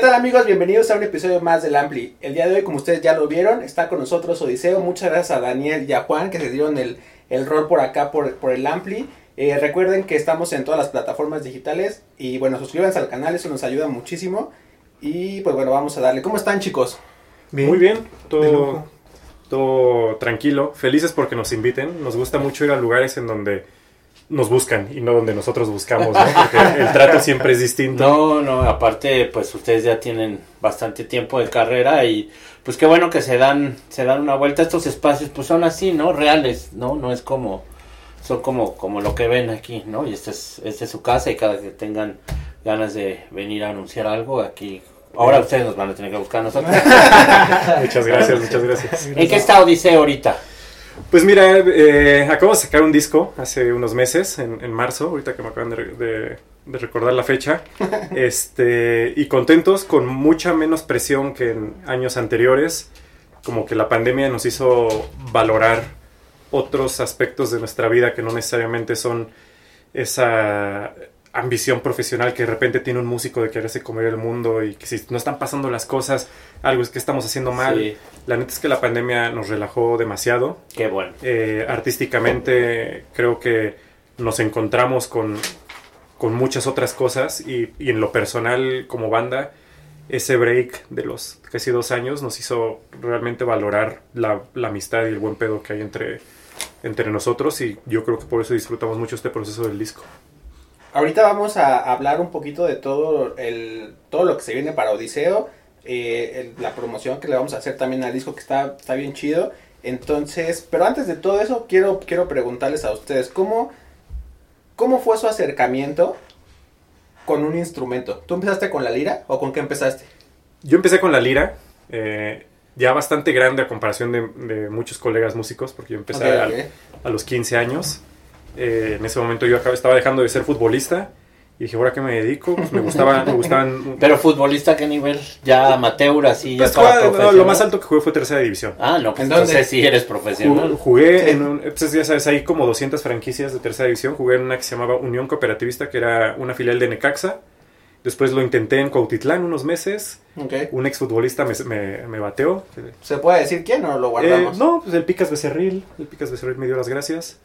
tal amigos? Bienvenidos a un episodio más del Ampli. El día de hoy, como ustedes ya lo vieron, está con nosotros Odiseo. Muchas gracias a Daniel y a Juan que se dieron el rol por acá por el Ampli. Recuerden que estamos en todas las plataformas digitales y bueno, suscríbanse al canal, eso nos ayuda muchísimo. Y pues bueno, vamos a darle. ¿Cómo están, chicos? Bien. Muy bien, todo tranquilo, felices porque nos inviten. Nos gusta mucho ir a lugares en donde nos buscan y no donde nosotros buscamos, ¿no? Porque el trato siempre es distinto. No, aparte pues ustedes ya tienen bastante tiempo de carrera y pues qué bueno que se dan una vuelta. Estos espacios pues son así, ¿no? Reales, ¿no? No es son como lo que ven aquí, ¿no? Y esta es su casa y cada que tengan ganas de venir a anunciar algo aquí. Ahora ustedes nos van a tener que buscar a nosotros. Muchas gracias. ¿En qué está Odiseo ahorita? Pues mira, acabo de sacar un disco hace unos meses, en marzo, ahorita que me acaban de recordar la fecha, y contentos, con mucha menos presión que en años anteriores, como que la pandemia nos hizo valorar otros aspectos de nuestra vida que no necesariamente son esa ambición profesional que de repente tiene un músico de quererse comer el mundo y que si no están pasando las cosas, algo es que estamos haciendo mal. Sí. La neta es que la pandemia nos relajó demasiado. Qué bueno. Artísticamente creo que nos encontramos con muchas otras cosas y en lo personal como banda, ese break de los casi 2 años nos hizo realmente valorar la amistad y el buen pedo que hay entre nosotros, y yo creo que por eso disfrutamos mucho este proceso del disco. Ahorita vamos a hablar un poquito de todo lo que se viene para Odiseo, la promoción que le vamos a hacer también al disco, que está bien chido. Entonces, pero antes de todo eso, quiero preguntarles a ustedes, ¿cómo fue su acercamiento con un instrumento? ¿Tú empezaste con la lira o con qué empezaste? Yo empecé con la lira, ya bastante grande a comparación de muchos colegas músicos, porque yo empecé a los 15 años. En ese momento yo estaba dejando de ser futbolista y dije, ¿ahora qué me dedico? Pues me gustaban... ¿Pero futbolista a qué nivel? ¿Ya amateur, así? Pues lo más alto que jugué fue tercera división. Ah, no, pues entonces sí eres profesional. Jugué en pues ya sabes, hay como 200 franquicias de tercera división. Jugué en una que se llamaba Unión Cooperativista, que era una filial de Necaxa. Después lo intenté en Cuautitlán unos meses. Okay. Un exfutbolista me bateó. ¿Se puede decir quién o lo guardamos? No, pues el Picas Becerril. El Picas Becerril me dio las gracias.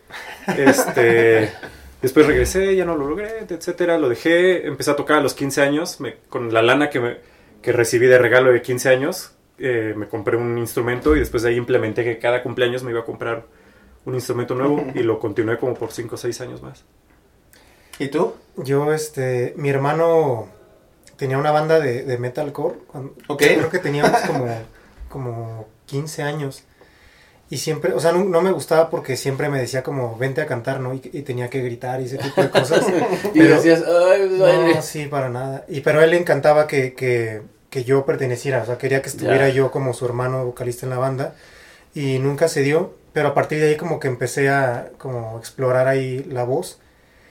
Después regresé, ya no lo logré, etcétera. Lo dejé, empecé a tocar a los 15 años. Con la lana que recibí de regalo de 15 años, me compré un instrumento y después de ahí implementé que cada cumpleaños me iba a comprar un instrumento nuevo y lo continué como por 5 o 6 años más. ¿Y tú? Yo, mi hermano tenía una banda de metalcore. Okay. Creo que teníamos como 15 años. Y siempre, o sea, no me gustaba porque siempre me decía como, vente a cantar, ¿no? Y tenía que gritar y ese tipo de cosas. Y decías, ay, no, sí, para nada. Pero a él le encantaba que yo perteneciera, o sea, quería que estuviera yo como su hermano vocalista en la banda. Y nunca se dio, pero a partir de ahí como que empecé a como explorar ahí la voz.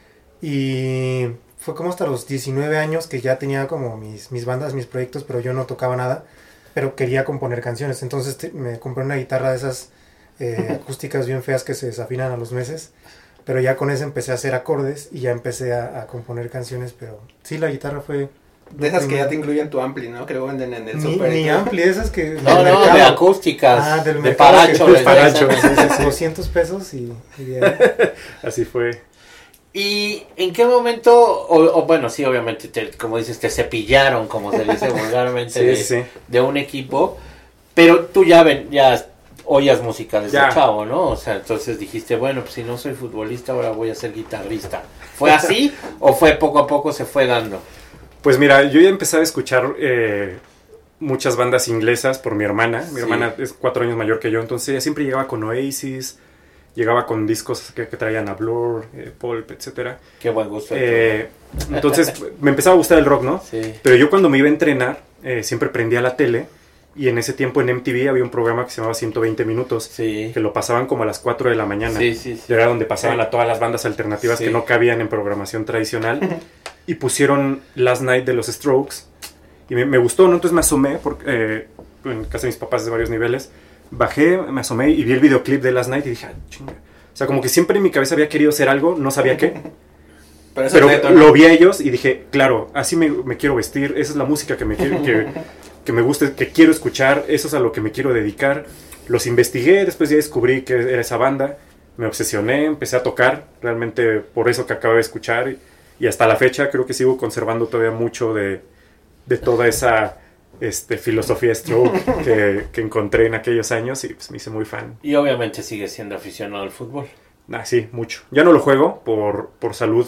Y fue como hasta los 19 años que ya tenía como mis bandas, mis proyectos, pero yo no tocaba nada, pero quería componer canciones. Entonces me compré una guitarra de esas acústicas bien feas que se desafinan a los meses, pero ya con esa empecé a hacer acordes y ya empecé a componer canciones. Pero sí, la guitarra fue... De esas que ya te incluyen tu ampli, ¿no? Que luego venden en el super. Ni ampli, esas que... No, de acústicas. Del de paracho. De paracho, sí. 200 pesos y Así fue. ¿Y en qué momento, bueno, sí, obviamente, como dices, te cepillaron, como se dice vulgarmente, de un equipo, pero tú ya oías música desde chavo, ¿no? O sea, entonces dijiste, bueno, pues si no soy futbolista, ahora voy a ser guitarrista. ¿Fue así o fue poco a poco se fue dando? Pues mira, yo ya empecé a escuchar muchas bandas inglesas por mi hermana. Mi hermana es 4 años mayor que yo, entonces ella siempre llegaba con Oasis, llegaba con discos que traían a Blur, Pulp, etcétera. Qué buen gusto. Entonces me empezaba a gustar el rock, ¿no? Sí. Pero yo cuando me iba a entrenar, siempre prendía la tele, y en ese tiempo en MTV había un programa que se llamaba 120 minutos, que lo pasaban como a las 4 de la mañana. Sí. Era donde pasaban a todas las bandas alternativas que no cabían en programación tradicional. Y pusieron Last Night de los Strokes, y me gustó, ¿no? Entonces me asomé, porque en casa de mis papás de varios niveles, bajé, me asomé y vi el videoclip de Last Night y dije, chinga. O sea, como que siempre en mi cabeza había querido hacer algo, no sabía qué. Pero lo vi a ellos y dije, claro, así me quiero vestir, esa es la música que me gusta, que quiero escuchar, eso es a lo que me quiero dedicar. Los investigué, después ya descubrí que era esa banda, me obsesioné, empecé a tocar, realmente por eso que acabo de escuchar, y hasta la fecha creo que sigo conservando todavía mucho de toda esa filosofía stroke que encontré en aquellos años, y pues me hice muy fan. Y obviamente sigues siendo aficionado al fútbol. Sí, mucho. Ya no lo juego por salud,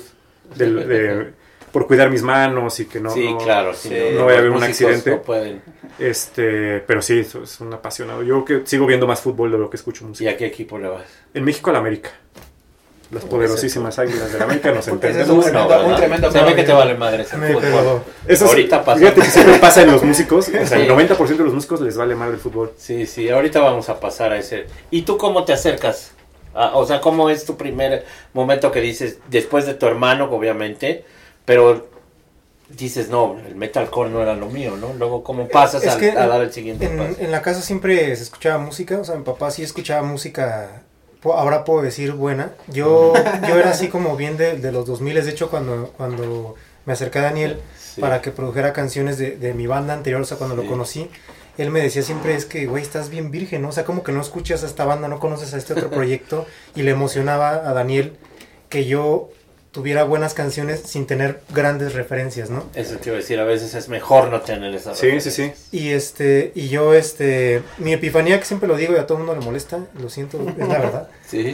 por cuidar mis manos y que no vaya a haber un accidente. No pueden. Pero sí, es un apasionado. Yo que sigo viendo más fútbol de lo que escucho música. ¿Y a qué equipo le vas? En México, al América. Las poderosísimas Águilas del América nos entendemos. Un tremendo se ve que te vale madre ese fútbol. Eso ahorita pasa. Fíjate que siempre pasa en los músicos. O sea, el 90% de los músicos les vale madre el fútbol. Sí, ahorita vamos a pasar a ese. ¿Y tú cómo te acercas? O sea, ¿cómo es tu primer momento que dices, después de tu hermano, obviamente, pero dices, no, el metalcore no era lo mío, ¿no? Luego, ¿cómo pasas a dar el siguiente paso? En la casa siempre se escuchaba música, o sea, mi papá sí escuchaba música, ahora puedo decir buena. Yo era así como bien de los 2000, de hecho, cuando me acerqué a Daniel para que produjera canciones de mi banda anterior, o sea, cuando lo conocí, él me decía siempre, es que, güey, estás bien virgen, ¿no? O sea, como que no escuchas a esta banda, no conoces a este otro proyecto, y le emocionaba a Daniel que yo tuviera buenas canciones sin tener grandes referencias, ¿no? Eso te iba a decir, a veces es mejor no tener esas referencias. Sí. Y yo, mi epifanía, que siempre lo digo y a todo el mundo le molesta, lo siento, es la verdad. Sí.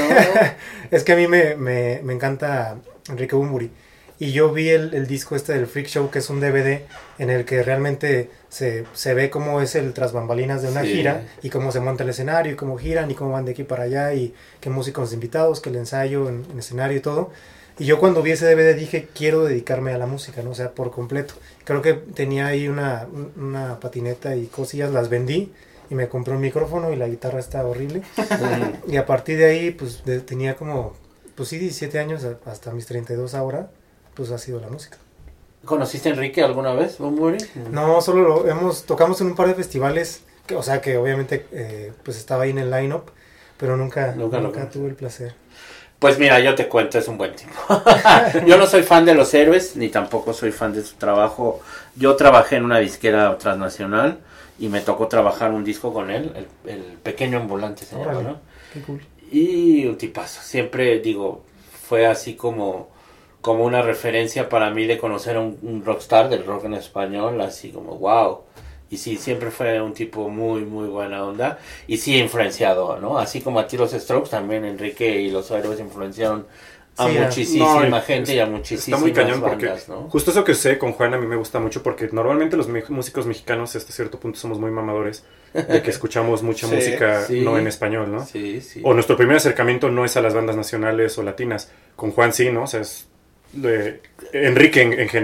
Es que a mí me encanta Enrique Bunbury. Y yo vi el disco del Freak Show, que es un DVD en el que realmente se ve cómo es el tras bambalinas de una gira, y cómo se monta el escenario, y cómo giran, y cómo van de aquí para allá, y qué músicos invitados, que el ensayo en escenario y todo. Y yo cuando vi ese DVD dije, quiero dedicarme a la música, ¿no? O sea, por completo. Creo que tenía ahí una patineta y cosillas, las vendí, y me compré un micrófono, y la guitarra está horrible. Y a partir de ahí, pues tenía como, 17 años, hasta mis 32 ahora, pues ha sido la música. ¿Conociste a Enrique alguna vez, Bunbury? No, solo tocamos en un par de festivales, que obviamente pues estaba ahí en el line-up, pero nunca tuve el placer. Pues mira, yo te cuento, es un buen tipo. Yo no soy fan de Los Héroes, ni tampoco soy fan de su trabajo. Yo trabajé en una disquera transnacional y me tocó trabajar un disco con él, el Pequeño Ambulante se llama, ¿no? Qué cool. Y un tipazo, siempre digo, fue así como una referencia para mí de conocer a un rockstar del rock en español, así como wow. Y sí, siempre fue un tipo muy, muy buena onda. Y sí, influenciado, ¿no? Así como a ti los Strokes, también Enrique y Los Héroes influenciaron a muchísima gente y a muchísimas bandas. Está muy cañón porque ¿no? Justo eso que sé con Juan a mí me gusta mucho, porque normalmente los músicos mexicanos hasta cierto punto somos muy mamadores de que escuchamos mucha música no en español, ¿no? Sí. O nuestro primer acercamiento no es a las bandas nacionales o latinas. Con Juan sí, ¿no? O sea, es Enrique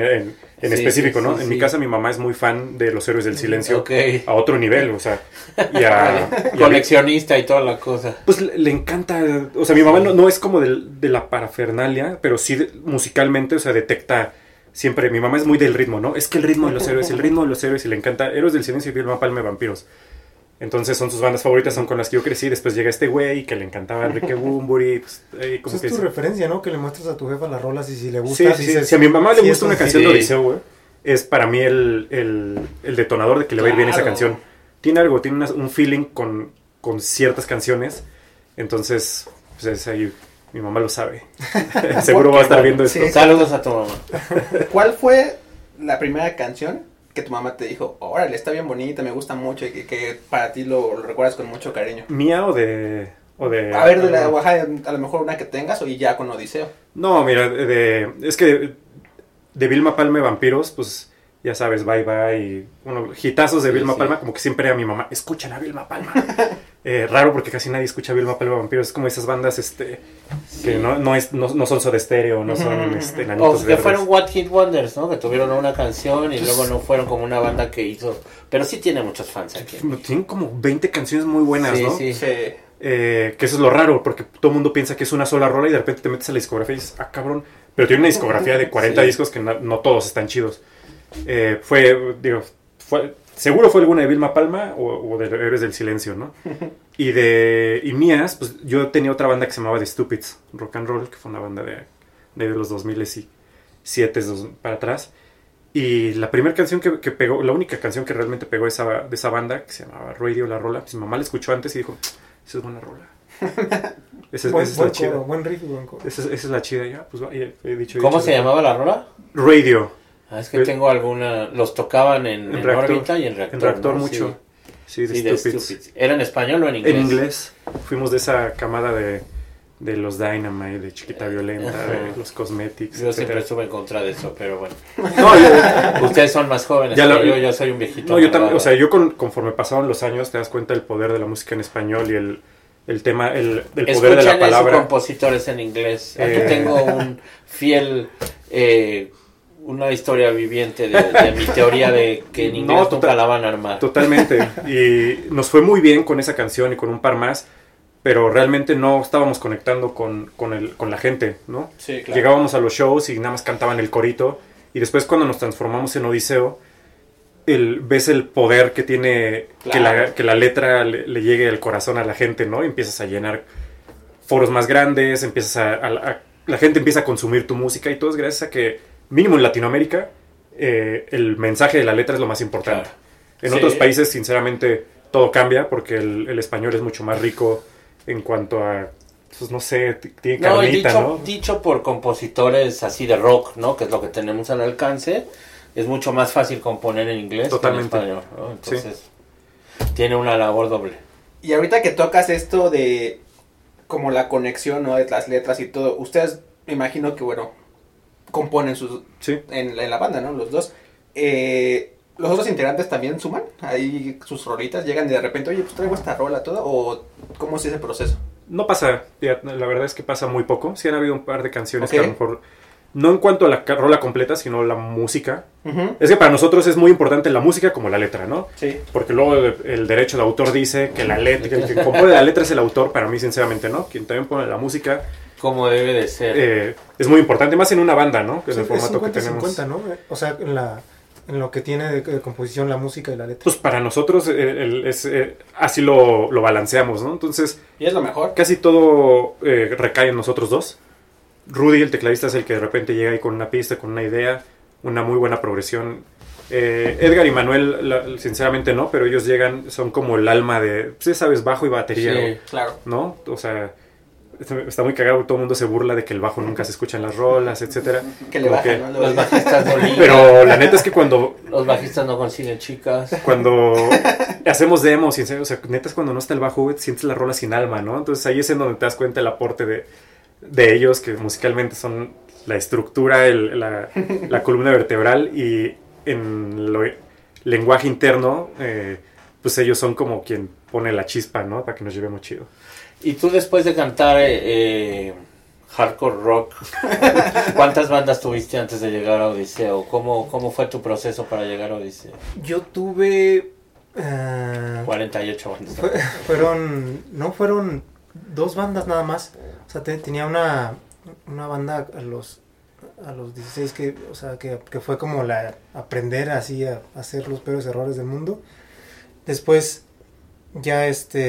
en específico, ¿no? En mi casa mi mamá es muy fan de Los Héroes del Silencio a otro nivel, o sea, coleccionista y toda la cosa. Pues le encanta, o sea, mi mamá no es como de la parafernalia, pero sí musicalmente, o sea, detecta siempre, mi mamá es muy del ritmo, ¿no? Es que el ritmo de Los Héroes, y le encanta Héroes del Silencio y Vilma Palma Vampiros. Entonces son sus bandas favoritas, son con las que yo crecí. Después llega este güey que le encantaba Enrique Bunbury. Pues, es tu referencia, ¿no? Que le muestras a tu jefa las rolas y si le gusta. Sí. Si a mi mamá le gusta una canción de Odiseo, güey, es para mí el detonador de que le va a ir bien esa canción. Tiene algo, tiene un feeling con ciertas canciones. Entonces, pues es ahí, mi mamá lo sabe. Seguro va a estar viendo esto. Saludos a tu mamá. ¿Cuál fue la primera canción que tu mamá te dijo, órale, está bien bonita, me gusta mucho, y que para ti lo recuerdas con mucho cariño? ¿Mía o de a ver, a lo mejor una que tengas, o ya con Odiseo? No, mira, es que de Vilma Palma y Vampiros, pues ya sabes, Bye Bye, y hitazos de Vilma Palma, como que siempre era mi mamá, escuchan a Vilma Palma. Raro porque casi nadie escucha a Vilma Palma y Vampiros, es como esas bandas que no son Soda Stereo, no son Nanitos Verdes. Que fueron What Hit Wonders, ¿no? Que tuvieron una canción y luego no fueron como una banda que hizo, pero sí tiene muchos fans aquí. Tienen como 20 canciones muy buenas, ¿no? Sí. Que eso es lo raro, porque todo el mundo piensa que es una sola rola y de repente te metes a la discografía y dices, cabrón, pero tiene una discografía de 40 discos que no todos están chidos. Seguro fue alguna de Vilma Palma o de Héroes del Silencio, ¿no? Y mías, pues yo tenía otra banda que se llamaba The Stupids Rock and Roll, que fue una banda de de los 2007 para atrás. Y la primera canción que pegó, la única canción que realmente pegó de esa banda, que se llamaba Radio, la rola, pues mi mamá la escuchó antes y dijo, esa es buena rola. Esa es la chida. Buen riff, buen coro. Esa es la chida, ya, pues he dicho. ¿Cómo se llamaba la rola? Radio. Es que tengo alguna, los tocaban en órbita y en reactor. En reactor, ¿no? Mucho. Sí, de Stupids. ¿Era en español o en inglés? En inglés. Fuimos de esa camada de los Dynamite, de Chiquita Violenta, de los Cosmetics. Yo siempre estuve en contra de eso, pero bueno. No, ustedes son más jóvenes que yo soy un viejito. No, yo también, o sea, yo conforme pasaban los años te das cuenta del poder de la música en español y el tema, el poder de la palabra. Escuchan compositores en inglés. Aquí tengo un fiel... una historia viviente de mi teoría de que en inglés nunca la van a armar. Totalmente. Y nos fue muy bien con esa canción y con un par más, pero realmente no estábamos conectando con la gente, ¿no? Sí, claro. Llegábamos a los shows y nada más cantaban el corito, y después cuando nos transformamos en Odiseo, ves el poder que tiene, claro, que la letra le llegue al corazón a la gente, ¿no? Y empiezas a llenar foros más grandes, la gente empieza a consumir tu música, y todo es gracias a que mínimo en Latinoamérica, el mensaje de la letra es lo más importante. Claro. En otros países, sinceramente, todo cambia porque el español es mucho más rico en cuanto a, pues no sé, tiene carnita, ¿no? Dicho por compositores así de rock, ¿no? Que es lo que tenemos al alcance, es mucho más fácil componer en inglés totalmente, que en español, ¿no? Entonces, tiene una labor doble. Y ahorita que tocas esto de como la conexión, ¿no? De las letras y todo, ustedes, me imagino que, bueno, componen en la banda, ¿no? Los dos. ¿Los otros integrantes también suman? Ahí sus rolitas, llegan de repente, oye, pues traigo esta rola toda, o ¿cómo es ese proceso? No pasa, la verdad es que pasa muy poco. Sí han habido un par de canciones que a lo mejor, no en cuanto a la rola completa, sino la música. Uh-huh. Es que para nosotros es muy importante la música como la letra, ¿no? Sí. Porque luego el derecho de autor dice que la letra, que el que compone la letra es el autor. Para mí, sinceramente, ¿no? Quien también pone la música... Como debe de ser. Es muy importante, más en una banda, ¿no? Que sí, es el formato 50, que tenemos. 50, ¿no? O sea, en lo que tiene de composición la música y la letra. Pues para nosotros así lo balanceamos, ¿no? Entonces... Y es lo mejor. Casi todo recae en nosotros dos. Rudy, el tecladista, es el que de repente llega ahí con una pista, con una idea, una muy buena progresión. Edgar y Manuel, sinceramente no, pero ellos llegan, son como el alma de, pues, sabes, bajo y batería. Sí, claro. ¿No? O sea... Está muy cagado, todo el mundo se burla de que el bajo nunca se escucha en las rolas, etcétera. Que le bajan, ¿no? Los bajistas no ligan. Pero la neta es que cuando... Los bajistas no consiguen chicas. Cuando hacemos demos, o sea, neta es cuando no está el bajo, sientes la rola sin alma, ¿no? Entonces ahí es en donde te das cuenta el aporte de ellos, que musicalmente son la estructura, la columna vertebral, y en lenguaje interno, pues ellos son como quien pone la chispa, ¿no? Para que nos llevemos chido. Y tú, después de cantar hardcore rock, ¿cuántas bandas tuviste antes de llegar a Odiseo? ¿Cómo fue tu proceso para llegar a Odiseo? Yo tuve 48 bandas. Fueron 2 bandas nada más. O sea, tenía una banda a los 16 que fue como aprender así a hacer los peores errores del mundo. Después ya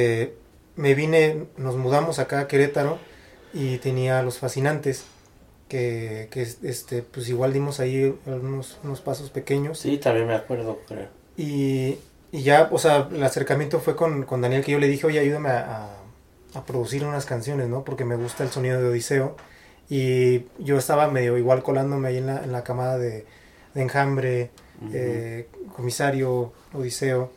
nos mudamos acá a Querétaro y tenía Los Fascinantes, que pues igual dimos ahí unos pasos pequeños. Sí, también me acuerdo, creo. Y ya, o sea, el acercamiento fue con Daniel, que yo le dije, oye, ayúdame a producir unas canciones, ¿no? Porque me gusta el sonido de Odiseo. Y yo estaba medio igual colándome ahí en la camada de Enjambre, uh-huh. Comisario, Odiseo.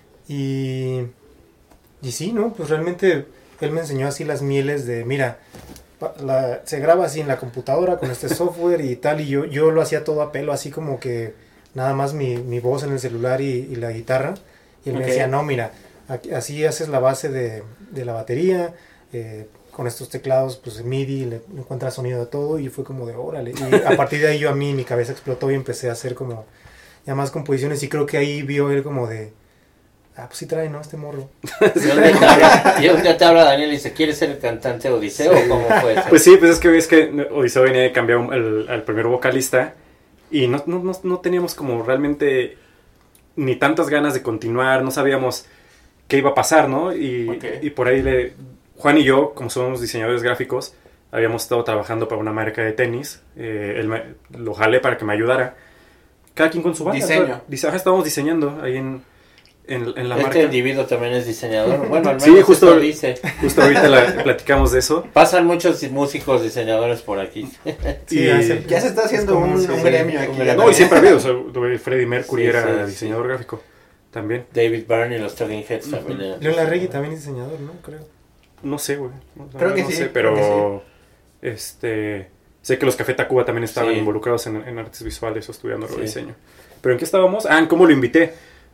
Y sí, ¿no? Pues realmente él me enseñó así las mieles de, mira, se graba así en la computadora con este software y tal, y yo lo hacía todo a pelo, así como que nada más mi voz en el celular y la guitarra. Y él me decía, no, mira, así haces la base de la batería, con estos teclados, pues MIDI, le encuentras sonido de todo, y fue como de, órale. Y a partir de ahí mi cabeza explotó y empecé a hacer como ya más composiciones, y creo que ahí vio él como de, pues sí trae, ¿no? Este morro. Y un día te habla Daniel y dice, ¿quieres ser el cantante de Odiseo? Sí. ¿O cómo fue eso? Pues sí, pues es que Odiseo venía de cambiar al primer vocalista, y no teníamos como realmente ni tantas ganas de continuar, no sabíamos qué iba a pasar, ¿no? Y por ahí Juan y yo, como somos diseñadores gráficos, habíamos estado trabajando para una marca de tenis, lo jalé para que me ayudara. Cada quien con su banda. Diseño. Estábamos diseñando ahí en la marca. Este individuo también es diseñador. Bueno, al menos sí, justo ahorita platicamos de eso. Pasan muchos músicos diseñadores por aquí. Sí, ya se está haciendo un gremio aquí. No, y siempre ha habido. O sea, Freddie Mercury era diseñador gráfico también. David Byrne y los Talking Heads también eran. Leon Larregui también es diseñador, ¿no? Creo. No sé, güey. Creo que no sí. sé, pero sé que los Café Tacuba también estaban involucrados en artes visuales o estudiando diseño. Pero ¿en qué estábamos? ¿En cómo lo invité?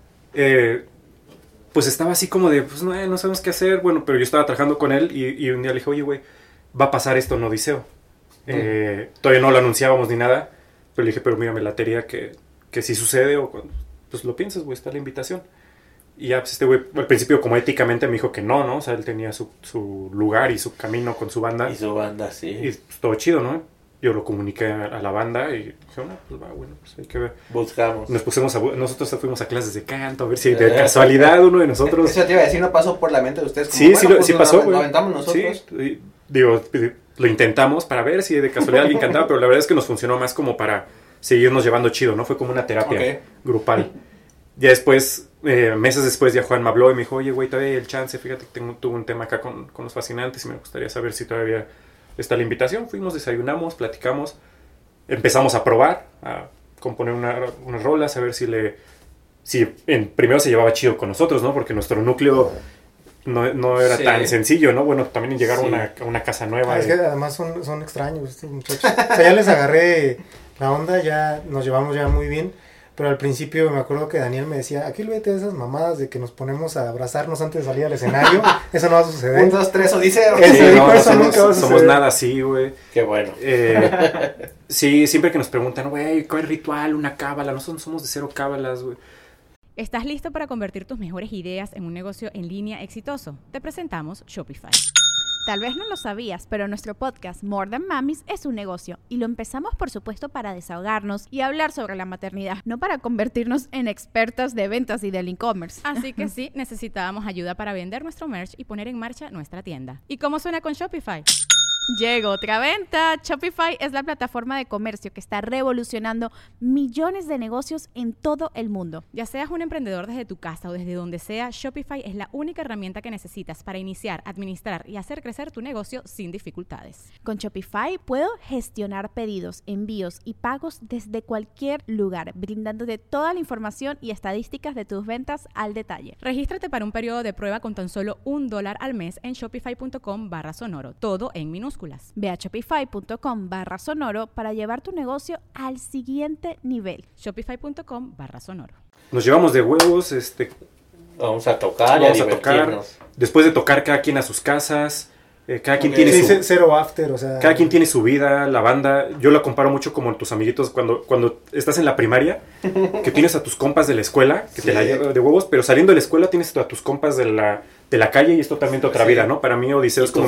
Pues estaba así como de, pues no sabemos qué hacer. Bueno, pero yo estaba trabajando con él y un día le dije, oye, güey, va a pasar esto en Odiseo. Todavía no lo anunciábamos ni nada. Pero le dije, pero mira, me latería que si sucede o pues lo piensas, güey, está la invitación. Y ya, pues este güey, al principio como éticamente me dijo que no, o sea, él tenía su lugar y su camino con su banda. Y su banda, sí. Y pues, todo chido, ¿no? Yo lo comuniqué a la banda y dije, no, pues va, bueno, pues hay que ver. Buscamos. Nosotros fuimos a clases de canto, a ver si de casualidad uno de nosotros... Eso te iba a decir, no pasó por la mente de ustedes. Como, sí pasó, güey. Lo aventamos nosotros. Sí, digo, lo intentamos para ver si de casualidad alguien cantaba, pero la verdad es que nos funcionó más como para seguirnos llevando chido, ¿no? Fue como una terapia grupal. Ya después, meses después, ya Juan me habló y me dijo, oye, güey, todavía hay el chance, fíjate que tuve un tema acá con los fascinantes y me gustaría saber si todavía está la invitación. Fuimos, desayunamos, platicamos, empezamos a probar, a componer unas rolas, a ver si primero se llevaba chido con nosotros, ¿no? Porque nuestro núcleo no era tan sencillo, ¿no? Bueno, también llegar a una casa nueva. Es que además son extraños estos muchachos. O sea, ya les agarré la onda, ya nos llevamos ya muy bien. Pero al principio me acuerdo que Daniel me decía, aquí olvídate de esas mamadas de que nos ponemos a abrazarnos antes de salir al escenario. Eso no va a suceder. 1, 2, 3, Odiseo. Eso nunca va a suceder. Somos nada así, güey. Qué bueno. Sí, siempre que nos preguntan, güey, ¿cuál ritual? Una cábala. Nosotros somos de 0 cábalas, güey. ¿Estás listo para convertir tus mejores ideas en un negocio en línea exitoso? Te presentamos Shopify. Tal vez no lo sabías, pero nuestro podcast More Than Mamis es un negocio y lo empezamos por supuesto para desahogarnos y hablar sobre la maternidad, no para convertirnos en expertas de ventas y del e-commerce. Así que sí, necesitábamos ayuda para vender nuestro merch y poner en marcha nuestra tienda. ¿Y cómo suena con Shopify? Llegó otra venta. Shopify es la plataforma de comercio que está revolucionando millones de negocios en todo el mundo. Ya seas un emprendedor desde tu casa o desde donde sea, Shopify es la única herramienta que necesitas para iniciar, administrar y hacer crecer tu negocio sin dificultades. Con Shopify puedo gestionar pedidos, envíos y pagos desde cualquier lugar, brindándote toda la información y estadísticas de tus ventas al detalle. Regístrate para un periodo de prueba con tan solo $1 al mes en shopify.com/sonoro, todo en minúsculas. Ve a shopify.com/sonoro para llevar tu negocio al siguiente nivel. Shopify.com/sonoro. Nos llevamos de huevos, Vamos a tocar y a divertirnos. Después de tocar, cada quien a sus casas. Cada quien tiene cero after, o sea... Cada quien tiene su vida, la banda. Yo la comparo mucho como en tus amiguitos cuando estás en la primaria, que tienes a tus compas de la escuela, que te la llevan de huevos, pero saliendo de la escuela tienes a tus compas de la calle y es totalmente otra vida, ¿no? Para mí Odiseo es como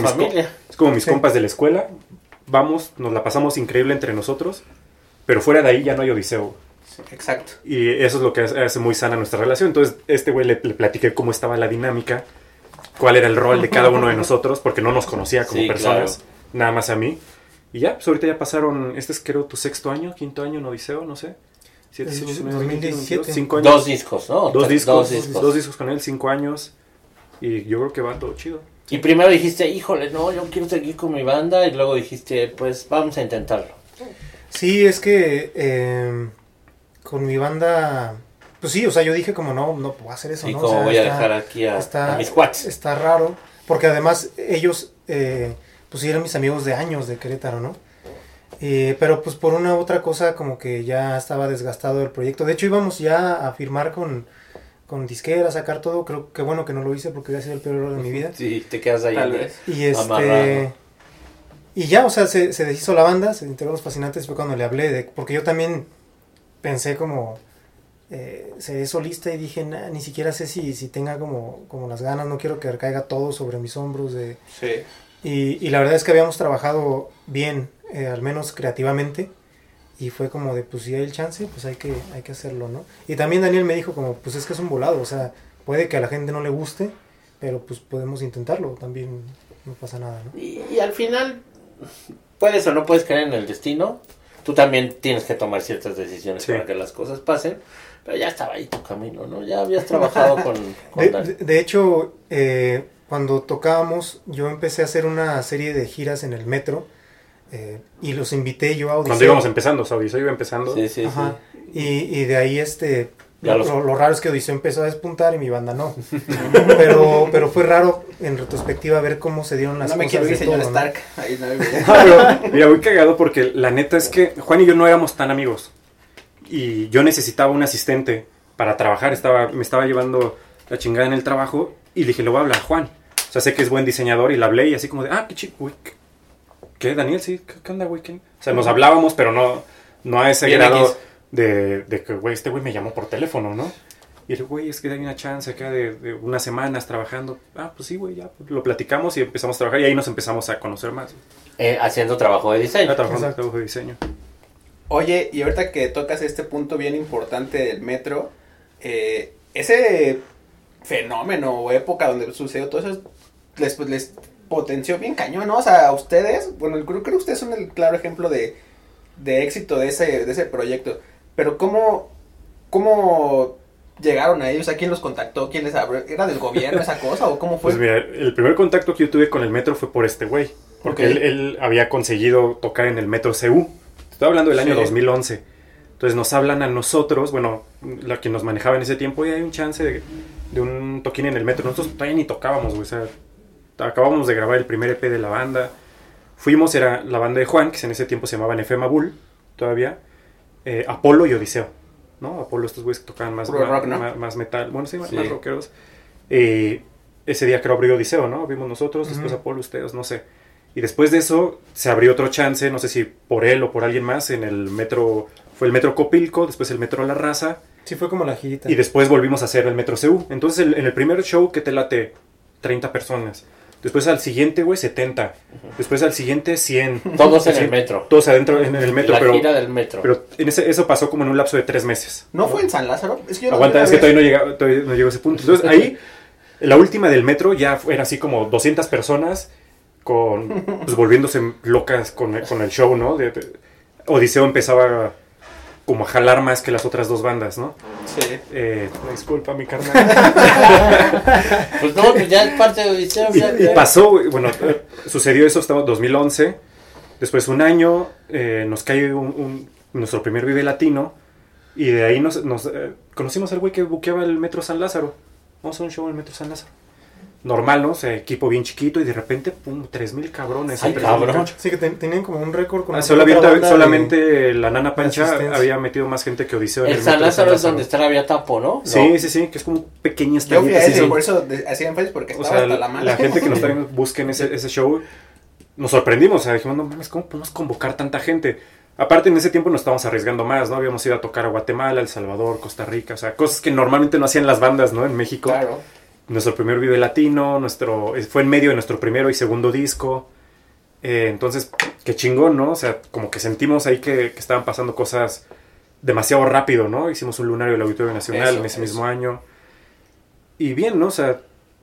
mis compas de la escuela. Vamos, nos la pasamos increíble entre nosotros, pero fuera de ahí ya no hay Odiseo. Sí, exacto. Y eso es lo que hace muy sana nuestra relación. Entonces, güey le platiqué cómo estaba la dinámica, cuál era el rol de cada uno de nosotros, porque no nos conocía como personas, nada más a mí. Y ya, pues ahorita ya pasaron, este es creo tu 6º año, 5º año en Odiseo, no sé. 7, 8, 9, 2017. 5 años. 2 discos, ¿no? 2 discos con él, 5 años. Y yo creo que va todo chido. Y primero dijiste, híjole, no, yo quiero seguir con mi banda. Y luego dijiste, pues vamos a intentarlo. Sí, es que con mi banda... Pues sí, o sea, yo dije como no puedo hacer eso, ¿no? Y ¿no? como o sea, voy a dejar aquí a mis cuates. Está raro, porque además ellos, pues sí eran mis amigos de años de Querétaro, ¿no? Pero pues por una u otra cosa como que ya estaba desgastado el proyecto. De hecho íbamos ya a firmar con disquera, sacar todo. Creo que bueno que no lo hice porque había sido el peor error de mi vida. Sí, te quedas ahí. Tal vez. Y ya, o sea, se deshizo la banda, se integró Los Fascinantes. Fue cuando le hablé, porque yo también pensé como... seré solista y dije, ni siquiera sé si tenga como las ganas, no quiero que recaiga todo sobre mis hombros. Sí. Y la verdad es que habíamos trabajado bien, al menos creativamente, y fue como de, pues si hay el chance, pues hay que hacerlo, ¿no? Y también Daniel me dijo como, pues es que es un volado, o sea, puede que a la gente no le guste, pero pues podemos intentarlo, también no pasa nada, ¿no? Y al final, puedes o no puedes creer en el destino, tú también tienes que tomar ciertas decisiones para que las cosas pasen, pero ya estaba ahí tu camino, ¿no? Ya habías trabajado con de hecho, cuando tocábamos, yo empecé a hacer una serie de giras en el metro, y los invité yo a Odiseo. Cuando íbamos empezando, o sea, Odiseo iba empezando. Sí. Y de ahí lo raro es que Odiseo empezó a despuntar y mi banda no. pero fue raro en retrospectiva ver cómo se dieron las cosas. No me quiero ir, señor todo, Stark. ¿no? Ahí no pero, mira, muy cagado porque la neta es que Juan y yo no éramos tan amigos. Y yo necesitaba un asistente para trabajar. Me estaba llevando la chingada en el trabajo y le dije, le voy a hablar a Juan. O sea, sé que es buen diseñador y le hablé y así como de, qué chico, güey. ¿Qué, Daniel? Sí, ¿qué onda, güey? O sea, nos hablábamos, pero no a ese grado de que, güey, este güey me llamó por teléfono, ¿no? Y el güey, es que hay una chance acá de unas semanas trabajando. Pues sí, güey, ya lo platicamos y empezamos a trabajar y ahí nos empezamos a conocer más. Haciendo trabajo de diseño. Trabajo de diseño. Oye, y ahorita que tocas este punto bien importante del metro, ese fenómeno o época donde sucedió todo eso, les potenció bien cañón, ¿no? O sea, a ustedes, bueno, creo que ustedes son el claro ejemplo de éxito de ese proyecto, pero ¿cómo llegaron ahí? O sea, ¿quién los contactó? ¿Quién les abrió? ¿Era del gobierno esa cosa o cómo fue? Pues mira, el primer contacto que yo tuve con el metro fue por este güey, porque él había conseguido tocar en el metro CU. Estoy hablando del año 2011. Entonces nos hablan a nosotros, bueno, la que nos manejaba en ese tiempo, y hay un chance de un toquín en el metro. Nosotros todavía ni tocábamos, güey, o sea, acabamos de grabar el primer EP de la banda. Fuimos, era la banda de Juan, que en ese tiempo se llamaban Efema Bull, todavía, Apolo y Odiseo, ¿no? Apolo, estos güeyes que tocaban más metal, bueno, sí, más rockeros. Ese día creo abrió Odiseo, ¿no? Vimos nosotros, después Apolo, ustedes, no sé. Y después de eso se abrió otro chance, no sé si por él o por alguien más, en el metro, fue el metro Copilco, después el metro La Raza. Sí, fue como la girita. Y después volvimos a hacer el metro CU. Entonces en el primer show, ¿qué te late? 30 personas. Después al siguiente, güey, 70. Después al siguiente, 100. Todos en el metro. Todos adentro en el metro. La gira del metro. Pero eso pasó como en un lapso de 3 meses. ¿No fue en San Lázaro? Es que Aguanta, es que todavía no llegó a ese punto. Entonces ahí, la última del metro ya era así como 200 personas pues volviéndose locas con el show, ¿no? Odiseo empezaba como a jalar más que las otras dos bandas, ¿no? Sí. Disculpa, mi carnal. Pues no, pues ya es parte de Odiseo. Y pasó, bueno, sucedió eso hasta 2011. Después un año nos cae nuestro primer Vive Latino. Y de ahí nos conocimos al güey que buqueaba el Metro San Lázaro. Vamos a un show en el Metro San Lázaro. Normal, ¿no? O sea, equipo bien chiquito y de repente, pum, 3,000 cabrones. ¡Ay, cabrón! Sí, que tenían como un récord con solamente la Nana Pancha había metido más gente que Odiseo en el San Lázaro es donde está la Vía Tapo, ¿no? Sí, que es como un pequeño estadio. Yo fui a ese, sí. Por eso hacía énfasis porque estaba hasta la mano. La gente que nos está viendo, busquen ese show. Nos sorprendimos, o sea, dijimos, no mames, ¿cómo podemos convocar tanta gente? Aparte, en ese tiempo nos estábamos arriesgando más, ¿no? Habíamos ido a tocar a Guatemala, El Salvador, Costa Rica, o sea, cosas que normalmente no hacían las bandas, ¿no? En México. Claro. Nuestro primer Vive Latino, fue en medio de nuestro primero y segundo disco. Entonces, qué chingón, ¿no? O sea, como que sentimos ahí que estaban pasando cosas demasiado rápido, ¿no? Hicimos un lunario del Auditorio Nacional en ese mismo año. Y bien, ¿no? O sea,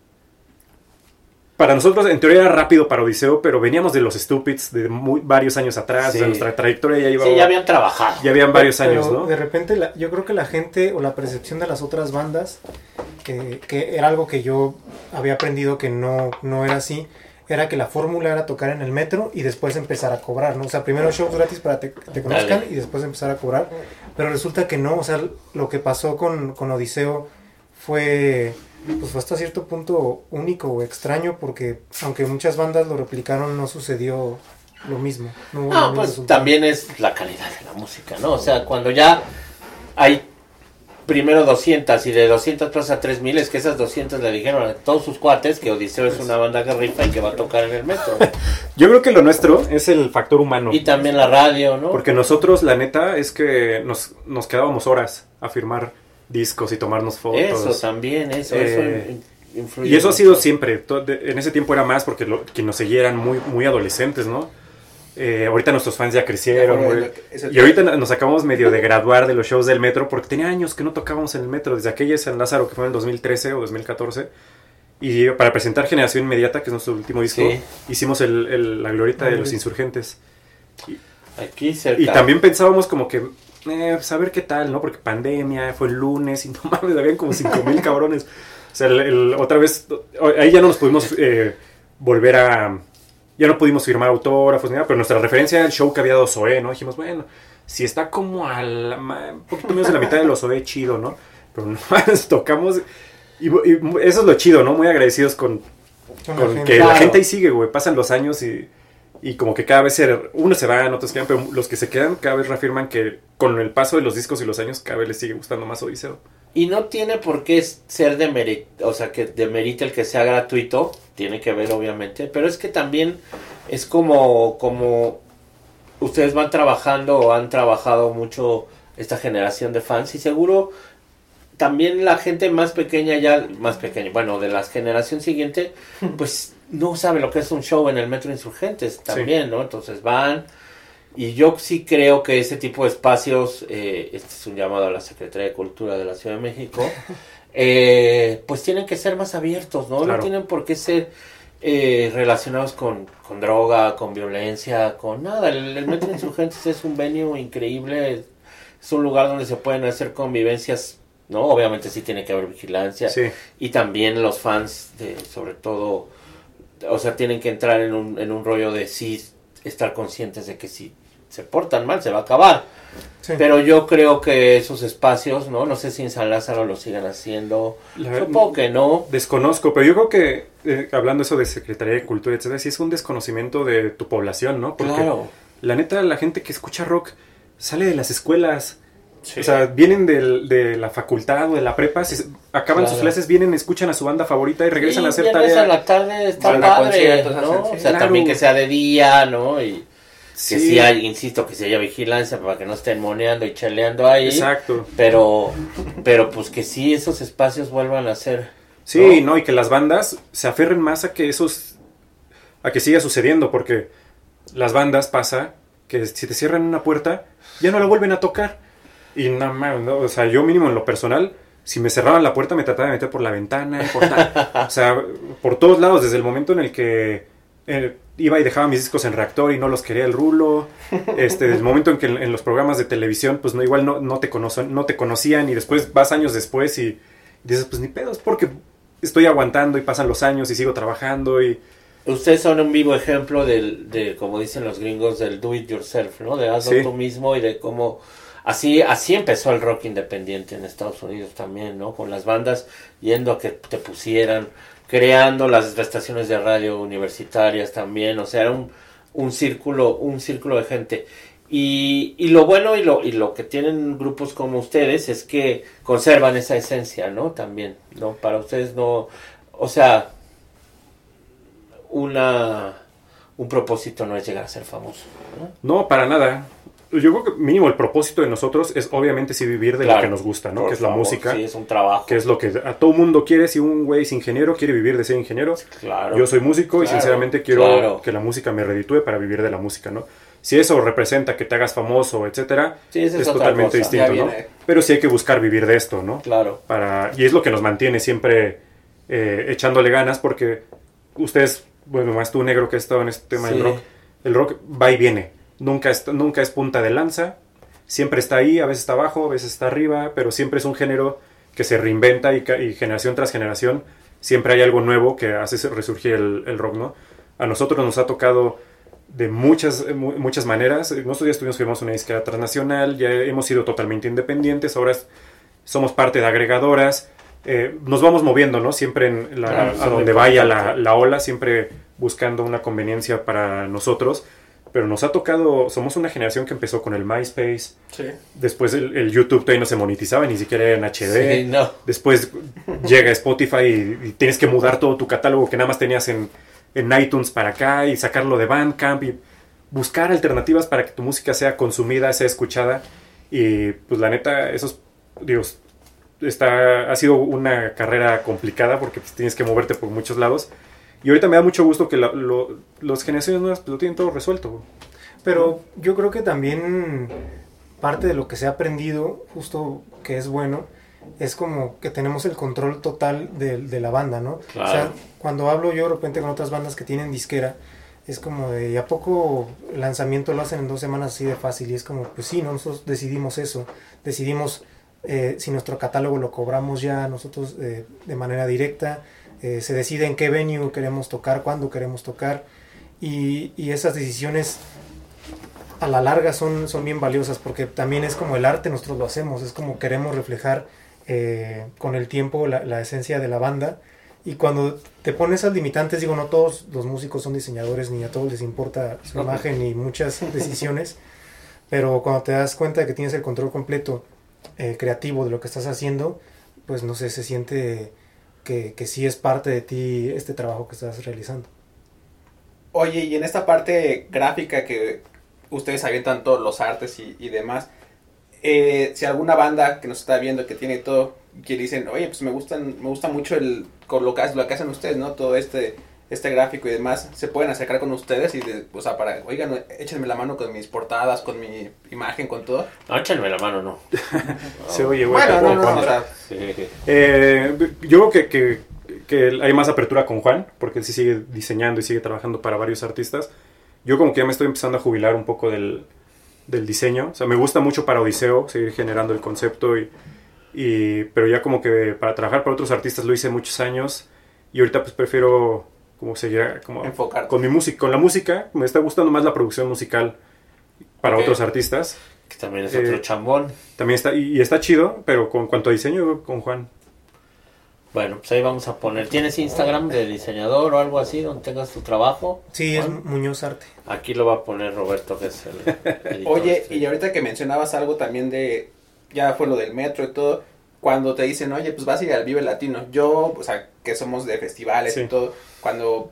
para nosotros en teoría era rápido para Odiseo, pero veníamos de los Stupids de varios años atrás. Sí. O sea, nuestra trayectoria ya iba... Sí, ya habían trabajado. Ya habían varios años, ¿no? De repente, yo creo que la gente o la percepción de las otras bandas, que era algo que yo había aprendido que no era así, era que la fórmula era tocar en el metro y después empezar a cobrar, ¿no? O sea, primero shows gratis para que te conozcan. Dale. Y después empezar a cobrar. Pero resulta que no, o sea, lo que pasó con Odiseo fue hasta cierto punto único o extraño, porque aunque muchas bandas lo replicaron, no sucedió lo mismo. No, pues resultado. También es la calidad de la música, ¿no? O sea, cuando ya hay primero 200 y de 200 pasa a 3,000, es que esas 200 le dijeron a todos sus cuates que Odiseo es una banda que rifa y que va a tocar en el metro. Yo creo que lo nuestro es el factor humano. Y también la radio, ¿no? Porque nosotros, la neta, es que nos quedábamos horas a firmar discos y tomarnos fotos. Eso también, eso influye. Y eso ha sido siempre. En ese tiempo era más porque quienes nos seguían eran muy, muy adolescentes, ¿no? Ahorita nuestros fans ya crecieron. Y ahorita nos acabamos medio de graduar de los shows del metro porque tenía años que no tocábamos en el metro. Desde aquella San Lázaro que fue en el 2013 o 2014. Y para presentar Generación Inmediata, que es nuestro último disco, Sí. hicimos la glorieta de los insurgentes. Aquí cerca. Y también pensábamos como que, pues a ver qué tal, ¿no? Porque pandemia, fue el lunes y no mames, habían como 5,000 cabrones. O sea, otra vez, ahí ya no nos pudimos volver a... Ya no pudimos firmar autógrafos ni nada, pero nuestra referencia era el show que había dado Zoé, ¿no? Dijimos, bueno, si está como un poquito menos de la mitad de los Zoé, chido, ¿no? Pero no, tocamos... Y eso es lo chido, ¿no? Muy agradecidos con que la gente ahí sigue, güey. Pasan los años y como que cada vez unos se van, otros quedan, pero los que se quedan cada vez reafirman que con el paso de los discos y los años cada vez les sigue gustando más Odiseo. Y no tiene por qué ser o sea, que demerite el que sea gratuito, tiene que ver obviamente, pero es que también es como ustedes van trabajando o han trabajado mucho esta generación de fans y seguro también la gente más pequeña, bueno, de la generación siguiente, pues no sabe lo que es un show en el Metro Insurgentes también, sí. ¿No? Entonces van, y yo sí creo que ese tipo de espacios, este es un llamado a la Secretaría de Cultura de la Ciudad de México, pues tienen que ser más abiertos, ¿no? Claro. No tienen por qué ser relacionados con droga, con violencia, con nada. El Metro Insurgentes es un venue increíble, es un lugar donde se pueden hacer convivencias, ¿no? Obviamente sí tiene que haber vigilancia, sí. Y también los fans, sobre todo, o sea, tienen que entrar en un rollo de sí estar conscientes de que si se portan mal se va a acabar. Sí. Pero yo creo que esos espacios, no sé si en San Lázaro lo sigan haciendo, supongo que no. Desconozco, pero yo creo que hablando eso de Secretaría de Cultura, etcétera, sí es un desconocimiento de tu población, ¿no? Porque claro. La neta, la gente que escucha rock sale de las escuelas. Sí. O sea, vienen de la facultad o de la prepa, acaban sus clases, vienen, escuchan a su banda favorita y regresan a hacer tarea. A la tarde está padre, ¿no? O sea, claro. También que sea de día, ¿no? Y que sí hay, insisto, que sí haya vigilancia para que no estén moneando y cheleando ahí. Exacto. Pero pues que sí esos espacios vuelvan a ser. Sí, ¿no? Y que las bandas se aferren más a que siga sucediendo, porque las bandas pasa que si te cierran una puerta, ya no la vuelven a tocar. Y nada más, ¿no? O sea, yo mínimo en lo personal, si me cerraban la puerta me trataba de meter por la ventana, o sea, por todos lados, desde el momento en el que iba y dejaba mis discos en reactor y no los quería el rulo, desde el momento en que en los programas de televisión, pues igual no te conocían y después vas años después y dices, pues ni pedos, porque estoy aguantando y pasan los años y sigo trabajando y... Ustedes son un vivo ejemplo de como dicen los gringos, del do it yourself, ¿no? De hazlo tú mismo y de cómo... Así empezó el rock independiente en Estados Unidos también, ¿no? Con las bandas yendo a que te pusieran, creando las estaciones de radio universitarias también, o sea, era un círculo de gente. Y lo bueno y lo que tienen grupos como ustedes es que conservan esa esencia, ¿no? También, ¿no? Para ustedes no, o sea, un propósito no es llegar a ser famoso, ¿no? No, para nada. Yo creo que mínimo el propósito de nosotros es obviamente sí vivir de lo que nos gusta, ¿no? Que es la música. Sí, es un trabajo. Que es lo que a todo mundo quiere. Si un güey es ingeniero, quiere vivir de ser ingeniero. Claro. Yo soy músico y sinceramente quiero que la música me reditúe para vivir de la música, ¿no? Si eso representa que te hagas famoso, etcétera, es totalmente distinto, ¿no? Pero sí hay que buscar vivir de esto, ¿no? Claro. Y es lo que nos mantiene siempre echándole ganas, porque ustedes, bueno, más tú, negro, que has estado en este tema del rock, el rock va y viene. Nunca es punta de lanza, siempre está ahí, a veces está abajo, a veces está arriba, pero siempre es un género que se reinventa y generación tras generación siempre hay algo nuevo que hace resurgir el rock, ¿no? A nosotros nos ha tocado de muchas maneras. Nosotros ya firmamos una disquera transnacional, ya hemos sido totalmente independientes, ahora somos parte de agregadoras, nos vamos moviendo, ¿no? Siempre a donde vaya la ola, siempre buscando una conveniencia para nosotros. Pero nos ha tocado, somos una generación que empezó con el MySpace. Sí. Después el YouTube todavía no se monetizaba, ni siquiera era en HD. Sí, no. Después llega Spotify y tienes que mudar todo tu catálogo que nada más tenías en iTunes para acá y sacarlo de Bandcamp y buscar alternativas para que tu música sea consumida, sea escuchada. Y pues la neta, ha sido una carrera complicada porque pues, tienes que moverte por muchos lados. Y ahorita me da mucho gusto que las generaciones nuevas lo tienen todo resuelto. Pero yo creo que también parte de lo que se ha aprendido, justo que es bueno, es como que tenemos el control total de la banda, ¿no? Claro. O sea, cuando hablo yo de repente con otras bandas que tienen disquera, es como de, ¿y a poco el lanzamiento lo hacen en 2 semanas así de fácil? Y es como, pues sí, nosotros decidimos eso, decidimos si nuestro catálogo lo cobramos ya nosotros de manera directa, se decide en qué venue queremos tocar, cuándo queremos tocar, y esas decisiones a la larga son bien valiosas, porque también es como el arte, nosotros lo hacemos, es como queremos reflejar con el tiempo la esencia de la banda. Y cuando te pones esas limitantes, digo, no todos los músicos son diseñadores, ni a todos les importa su imagen, ni muchas decisiones, pero cuando te das cuenta de que tienes el control completo creativo de lo que estás haciendo, pues no sé, se siente que sí es parte de ti este trabajo que estás realizando. Oye, y en esta parte gráfica que ustedes avientan todos los artes y demás, si alguna banda que nos está viendo que tiene todo, que dicen, oye, pues me gusta mucho lo que hacen ustedes, ¿no? Todo este gráfico y demás, se pueden acercar con ustedes y, o sea, oigan, échenme la mano con mis portadas, con mi imagen, con todo. No, échenme la mano, no. Se oye, güey. Bueno, no, o sea, Sí. Yo creo que hay más apertura con Juan, porque él sí sigue diseñando y sigue trabajando para varios artistas. Yo como que ya me estoy empezando a jubilar un poco del diseño. O sea, me gusta mucho para Odiseo seguir generando el concepto, pero ya como que para trabajar para otros artistas lo hice muchos años y ahorita pues prefiero como seguir como enfocarte con mi música, con la música. Me está gustando más la producción musical para otros artistas. Que también es otro chambón. También está, y está chido, pero con cuanto a diseño, con Juan. Bueno, pues ahí vamos a poner. ¿Tienes Instagram de diseñador o algo así donde tengas tu trabajo? Sí, Juan? es Muñoz Arte. Aquí lo va a poner Roberto, que es el editor. Oye, y ahorita que mencionabas algo también ya fue lo del metro y todo, cuando te dicen, oye, pues vas a ir al Vive Latino. Yo, o sea, que somos de festivales y todo, cuando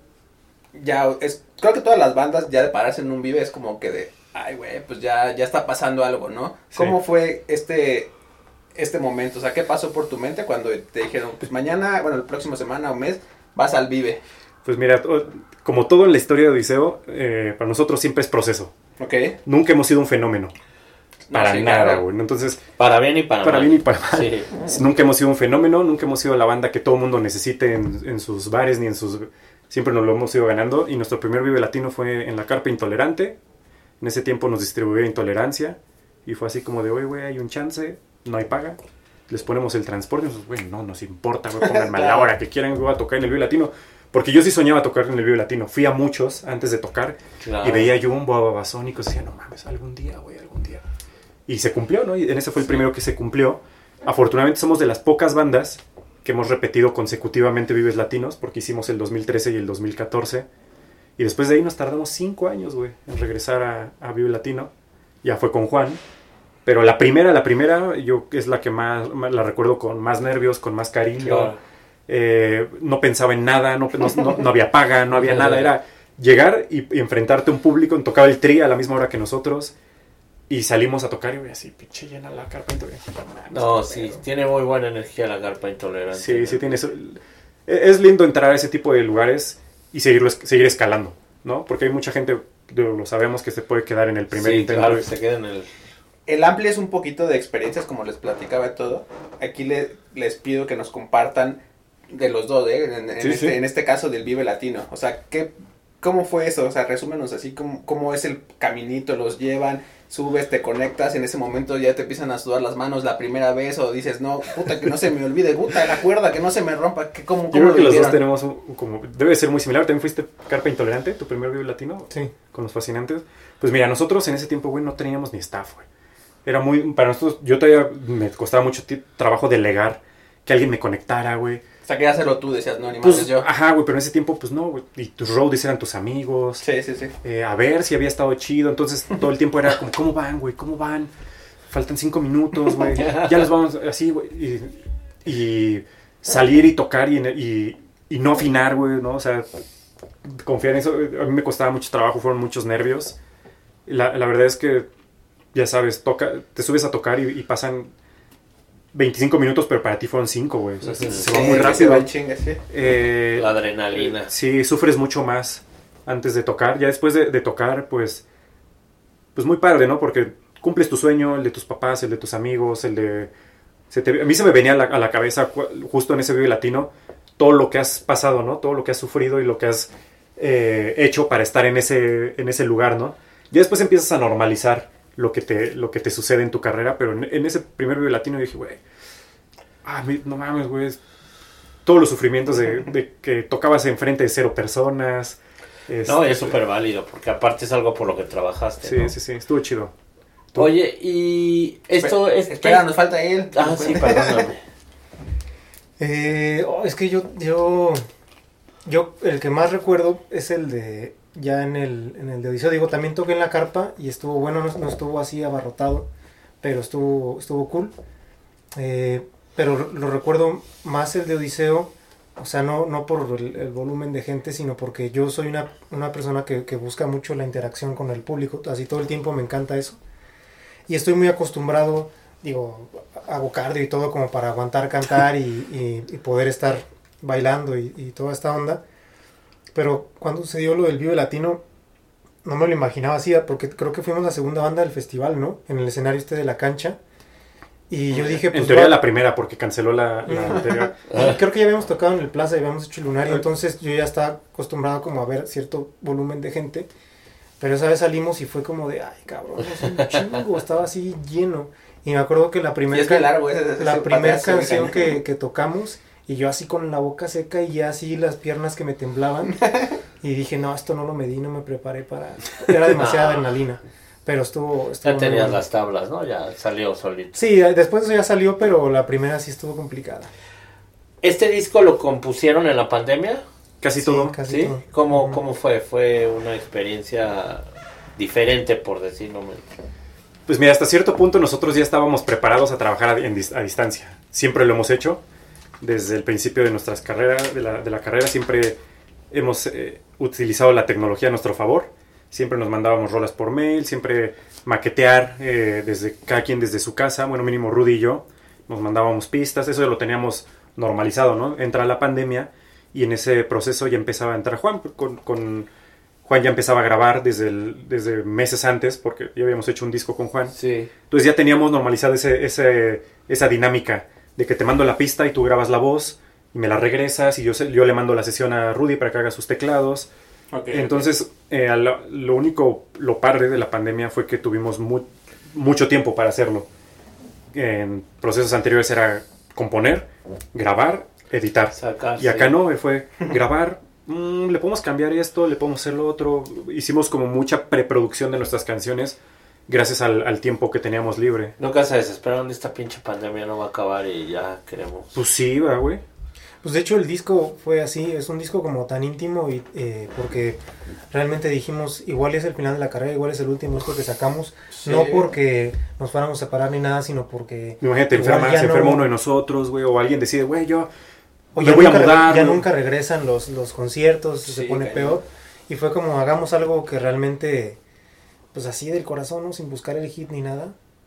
creo que todas las bandas ya de pararse en un Vive es como que ay, güey, pues ya está pasando algo, ¿no? Sí. ¿Cómo fue este momento? O sea, ¿qué pasó por tu mente cuando te dijeron, pues mañana, bueno, la próxima semana o mes, vas al Vive? Pues mira, como todo en la historia de Odiseo, para nosotros siempre es proceso. Ok. Nunca hemos sido un fenómeno. Para nada, güey. Entonces, para bien y para mal. Para bien y para mal. Sí. Nunca hemos sido un fenómeno, nunca hemos sido la banda que todo el mundo necesite en sus bares ni en sus... Siempre nos lo hemos ido ganando. Y nuestro primer Vive Latino fue en la Carpa Intolerante. En ese tiempo nos distribuía Intolerancia. Y fue así como de, oye, güey, hay un chance, no hay paga. Les ponemos el transporte. Y nosotros, güey, no nos importa, güey, pónganme a la hora que quieran, voy a tocar en el Vive Latino. Porque yo sí soñaba tocar en el Vive Latino. Fui a muchos antes de tocar. Claro. Y veía Jumbo, a Babasónicos. Y decía, no mames, algún día, güey, algún día. Y se cumplió, ¿no? Y en ese fue el primero que se cumplió. Afortunadamente somos de las pocas bandas que hemos repetido consecutivamente Vives Latinos, porque hicimos el 2013 y el 2014. Y después de ahí nos tardamos 5 años, güey, en regresar a Vive Latino. Ya fue con Juan. Pero la primera, yo es la que más la recuerdo con más nervios, con más cariño. Claro. No pensaba en nada, no había paga, no había nada. Era llegar y enfrentarte a un público. Tocaba el Tri a la misma hora que nosotros. Y salimos a tocar y voy así, pinche llena la Carpa Intolerante. No, sí, tiene muy buena energía la Carpa Intolerante. Sí, sí tiene eso. Es lindo entrar a ese tipo de lugares y seguir escalando, ¿no? Porque hay mucha gente, lo sabemos, que se puede quedar en el primer intento. Claro, que se queda en el... El Ampli es un poquito de experiencias, como les platicaba todo. Aquí les pido que nos compartan de los dos, en este caso del Vive Latino. O sea, ¿cómo fue eso? O sea, resúmenos así, ¿cómo es el caminito? ¿Los llevan? Subes, te conectas, en ese momento ya te empiezan a sudar las manos la primera vez, o dices, no, puta, que no se me olvide, puta, la cuerda, que no se me rompa, ¿cómo yo creo que los dos tenemos debe ser muy similar. ¿También fuiste Carpa Intolerante, tu primer Vive Latino? Sí. Con los Fascinantes. Pues mira, nosotros en ese tiempo, güey, no teníamos ni staff, güey. Era para nosotros, yo todavía me costaba mucho trabajo delegar, que alguien me conectara, güey. O sea, querías hacerlo tú, decías, no, ni más yo. Ajá, güey, pero en ese tiempo, pues no, güey. Y tus roadies eran tus amigos. Sí. A ver si había estado chido. Entonces, todo el tiempo era como, ¿cómo van, güey? ¿Cómo van? Faltan 5 minutos, güey. Ya los vamos así, güey. Y salir y tocar y no afinar, güey, ¿no? O sea, confiar en eso. A mí me costaba mucho trabajo, fueron muchos nervios. La verdad es que, ya sabes, te subes a tocar y pasan 25 minutos, pero para ti fueron 5, güey. O sea, se va muy rápido. La adrenalina. Sí, sufres mucho más antes de tocar. Ya después de tocar, pues muy padre, ¿no? Porque cumples tu sueño, el de tus papás, el de tus amigos, el de A mí se me venía a la cabeza justo en ese Vive Latino todo lo que has pasado, ¿no? Todo lo que has sufrido y lo que has hecho para estar en ese lugar, ¿no? Ya después empiezas a normalizar lo que te sucede en tu carrera, pero en ese primer Vive Latino dije, güey, no mames, güey, todos los sufrimientos de que tocabas enfrente de 0 personas. No, es súper válido, porque aparte es algo por lo que trabajaste. Sí, ¿no? sí, estuvo chido. Oye, y esto es... Espera, nos falta él. Sí, perdóname. Es que yo el que más recuerdo es el de, ya en el de Odiseo, digo, también toqué en la carpa y estuvo bueno, no estuvo así abarrotado, pero estuvo cool. Pero lo recuerdo más el de Odiseo, o sea, no por el volumen de gente, sino porque yo soy una persona que busca mucho la interacción con el público, así todo el tiempo me encanta eso. Y estoy muy acostumbrado, digo, hago cardio y todo como para aguantar cantar y poder estar bailando y toda esta onda. Pero cuando se dio lo del Vive Latino, no me lo imaginaba así, porque creo que fuimos la segunda banda del festival, ¿no? En el escenario de la cancha. Y yo dije, pues... En teoría la primera, porque canceló la anterior. Creo que ya habíamos tocado en el Plaza y habíamos hecho el Lunario, entonces yo ya estaba acostumbrado como a ver cierto volumen de gente. Pero esa vez salimos y fue como de, ay, cabrón, es un chingo, estaba así lleno. Y me acuerdo que la primera canción que tocamos, y yo así con la boca seca y ya así las piernas que me temblaban. Y dije, no, esto no lo medí, no me preparé para... Era demasiada adrenalina. Pero estuvo ya tenías bueno. Las tablas, ¿no? Ya salió solito. Sí, después eso ya salió, pero la primera sí estuvo complicada. ¿Este disco lo compusieron en la pandemia? Casi todo. Casi ¿Sí? todo. ¿Cómo fue? ¿Fue una experiencia diferente, por decirlo menos? Pues mira, hasta cierto punto nosotros ya estábamos preparados a trabajar a distancia. Siempre lo hemos hecho. Desde el principio de nuestras carreras, de la carrera, siempre hemos utilizado la tecnología a nuestro favor. Siempre nos mandábamos rolas por mail, siempre maquetear cada quien desde su casa. Bueno, mínimo Rudy y yo nos mandábamos pistas. Eso lo teníamos normalizado, ¿no? Entra la pandemia y en ese proceso ya empezaba a entrar Juan. Juan ya empezaba a grabar desde meses antes, porque ya habíamos hecho un disco con Juan. Sí. Entonces ya teníamos normalizada esa dinámica de que te mando la pista y tú grabas la voz y me la regresas y yo le mando la sesión a Rudy para que haga sus teclados. Entonces, lo padre de la pandemia fue que tuvimos mucho tiempo para hacerlo. En procesos anteriores era componer, grabar, editar. Y acá no, fue grabar, le podemos cambiar esto, le podemos hacer lo otro. Hicimos como mucha preproducción de nuestras canciones gracias al tiempo que teníamos libre. Nunca se desesperaron, esta pinche pandemia no va a acabar y ya queremos. Pues sí, güey. Pues de hecho el disco fue así, es un disco como tan íntimo y porque realmente dijimos, igual es el final de la carrera, igual es el último disco que sacamos, sí. No porque nos fuéramos a separar ni nada, sino porque... Imagínate, se enferma uno de nosotros, güey, o alguien decide, güey, yo me voy a mudar. Ya nunca regresan los conciertos, sí, se pone peor, y fue como hagamos algo que realmente, pues así del corazón, ¿no? Sin buscar el hit ni nada,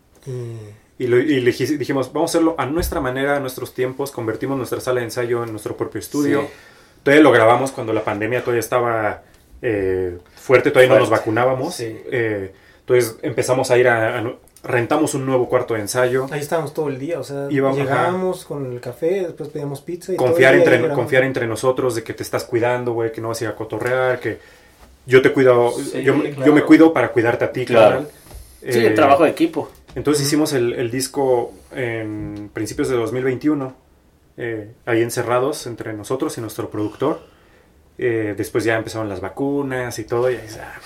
Y dijimos, vamos a hacerlo a nuestra manera, a nuestros tiempos, convertimos nuestra sala de ensayo en nuestro propio estudio. Sí. Todavía lo grabamos cuando la pandemia todavía estaba fuerte, todavía no nos vacunábamos. Sí. Entonces empezamos a ir rentamos un nuevo cuarto de ensayo. Ahí estábamos todo el día, o sea, llegábamos con el café, después pedíamos pizza. Y confiar entre nosotros de que te estás cuidando, güey, que no vas a ir a cotorrear, que yo te cuido, sí, yo me cuido para cuidarte a ti, claro. Sí, el trabajo de equipo. Entonces hicimos el disco en principios de 2021, ahí encerrados entre nosotros y nuestro productor. Después ya empezaron las vacunas y todo.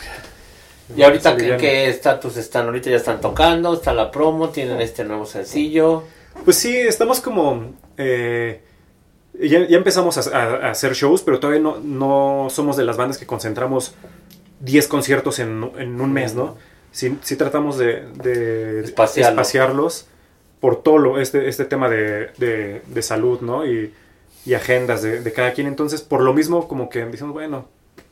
¿Y ahorita qué estatus están? Ahorita ya están tocando, está la promo, tienen este nuevo sencillo. Pues sí, estamos como... ya empezamos a hacer shows, pero todavía no somos de las bandas que concentramos 10 conciertos en un mes, ¿no? Sí tratamos de espaciarlos por todo este tema de salud, ¿no? Y agendas de cada quien. Entonces, por lo mismo, como que decimos, bueno,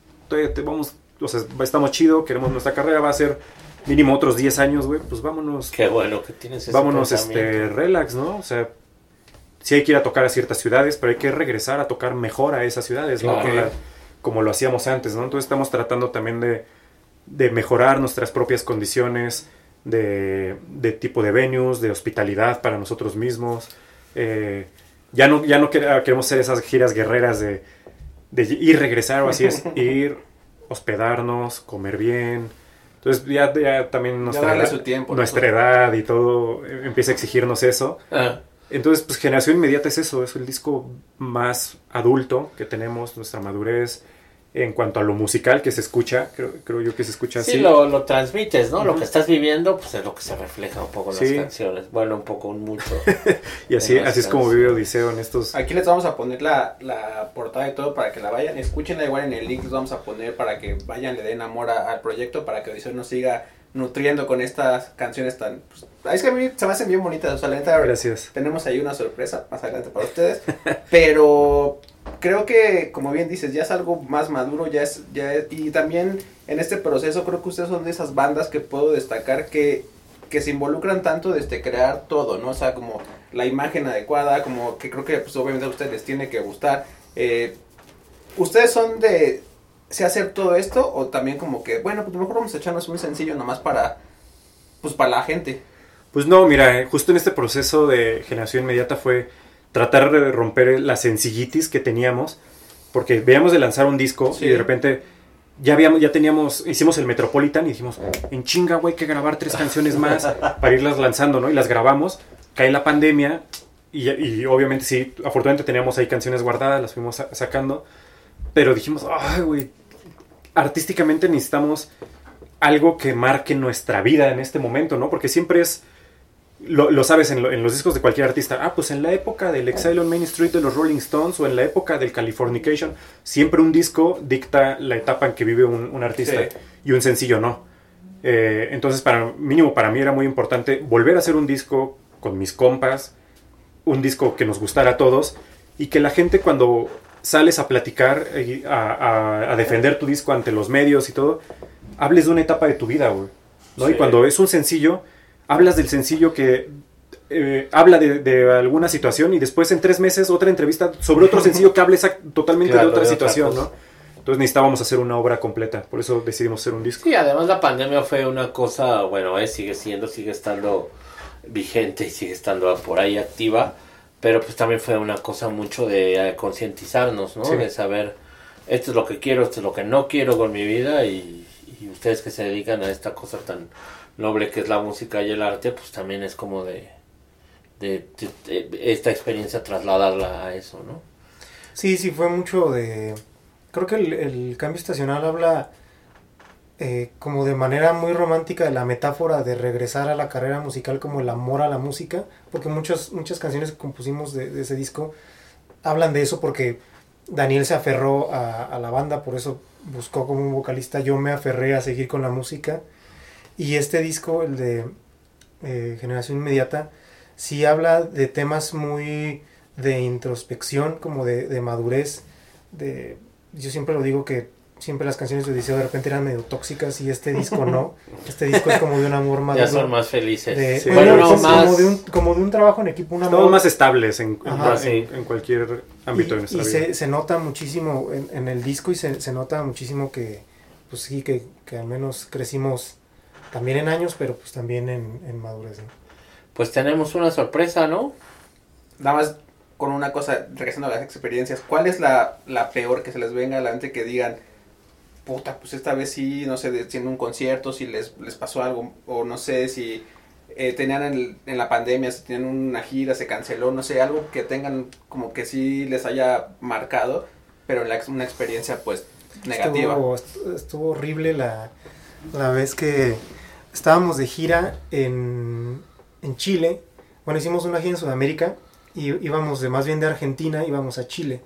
estamos chido, queremos nuestra carrera, va a ser mínimo otros 10 años, güey, pues vámonos. Qué bueno que tienes ese vámonos, relax, ¿no? O sea, sí hay que ir a tocar a ciertas ciudades, pero hay que regresar a tocar mejor a esas ciudades, ¿no? Claro. Como lo hacíamos antes, ¿no? Entonces estamos tratando también de mejorar nuestras propias condiciones, de tipo de venues, de hospitalidad para nosotros mismos. Ya no queremos hacer esas giras guerreras de ir, regresar o así, es ir, hospedarnos, comer bien. Entonces ya también nuestra edad y todo empieza a exigirnos eso. Entonces, pues Generación Inmediata es eso, es el disco más adulto que tenemos, nuestra madurez en cuanto a lo musical que se escucha, creo yo que se escucha así. Sí, lo transmites, ¿no? Uh-huh. Lo que estás viviendo, pues es lo que se refleja un poco en las canciones. Bueno, un poco, un mucho. Y así es como vive Odiseo en estos... Aquí les vamos a poner la portada y todo para que la vayan, escúchenla, igual en el link les vamos a poner para que vayan, le den amor al proyecto, para que Odiseo nos siga nutriendo con estas canciones tan... Pues, es que a mí se me hacen bien bonitas, o sea, la neta, gracias. Tenemos ahí una sorpresa más adelante para ustedes, pero... Creo que, como bien dices, ya es algo más maduro, y también en este proceso creo que ustedes son de esas bandas que puedo destacar que se involucran tanto desde crear todo, ¿no? O sea, como la imagen adecuada, como que creo que pues obviamente a ustedes les tiene que gustar. ¿Ustedes son de hacer todo esto o también como que, bueno, pues mejor vamos a echarnos un sencillo nomás para la gente? Pues no, mira, justo en este proceso de Generación Inmediata fue... tratar de romper la sencillitis que teníamos, porque veíamos de lanzar un disco y de repente hicimos el Metropolitan y dijimos, en chinga, güey, hay que grabar 3 canciones más para irlas lanzando, ¿no? Y las grabamos, cae la pandemia y obviamente sí, afortunadamente teníamos ahí canciones guardadas, las fuimos sacando, pero dijimos, ay, güey, artísticamente necesitamos algo que marque nuestra vida en este momento, ¿no? Porque siempre es... Lo sabes en los discos de cualquier artista. Pues en la época del Exile on Main Street de los Rolling Stones o en la época del Californication, siempre un disco dicta la etapa en que vive un artista y un sencillo no. Entonces para mí era muy importante volver a hacer un disco con mis compas, un disco que nos gustara a todos y que la gente cuando sales a platicar, a defender tu disco ante los medios y todo, hables de una etapa de tu vida, güey, ¿no? Sí. Y cuando es un sencillo, hablas del sencillo que habla de alguna situación y después en 3 meses otra entrevista sobre otro sencillo que hable totalmente de otra situación, ¿no? Entonces necesitábamos hacer una obra completa, por eso decidimos hacer un disco. Sí, además la pandemia fue una cosa, bueno, sigue estando vigente y sigue estando por ahí activa, pero pues también fue una cosa mucho de concientizarnos, ¿no? Sí. De saber, esto es lo que quiero, esto es lo que no quiero con mi vida y ustedes que se dedican a esta cosa tan noble que es la música y el arte, pues también es como de esta experiencia trasladarla a eso, ¿no? Sí, fue mucho de... Creo que el cambio estacional habla como de manera muy romántica de la metáfora de regresar a la carrera musical como el amor a la música, porque muchas canciones que compusimos de ese disco hablan de eso, porque Daniel se aferró a la banda, por eso buscó como un vocalista, yo me aferré a seguir con la música. Y este disco, el de Generación Inmediata, sí habla de temas muy de introspección, como de madurez. Yo siempre lo digo que siempre las canciones de Odiseo de repente eran medio tóxicas y este disco no. Este disco es como de un amor maduro. Ya son más felices. Sí. Bueno, no, más... como de un trabajo en equipo. Estamos más estables en cualquier ámbito de nuestra vida. Y se nota muchísimo en el disco y se nota muchísimo que, pues sí, que al menos crecimos... También en años, pero pues también en madurez, ¿no? Pues tenemos una sorpresa, ¿no? Nada más con una cosa, regresando a las experiencias, ¿cuál es la peor que se les venga a la mente que digan, puta, pues esta vez sí, no sé, haciendo un concierto, si les pasó algo, o no sé, si tenían en la pandemia, si tenían una gira, se canceló, no sé, algo que tengan como que sí les haya marcado, pero una experiencia pues negativa. Estuvo horrible la vez que estábamos de gira en Chile. Bueno, hicimos una gira en Sudamérica y íbamos más bien de Argentina, íbamos a Chile.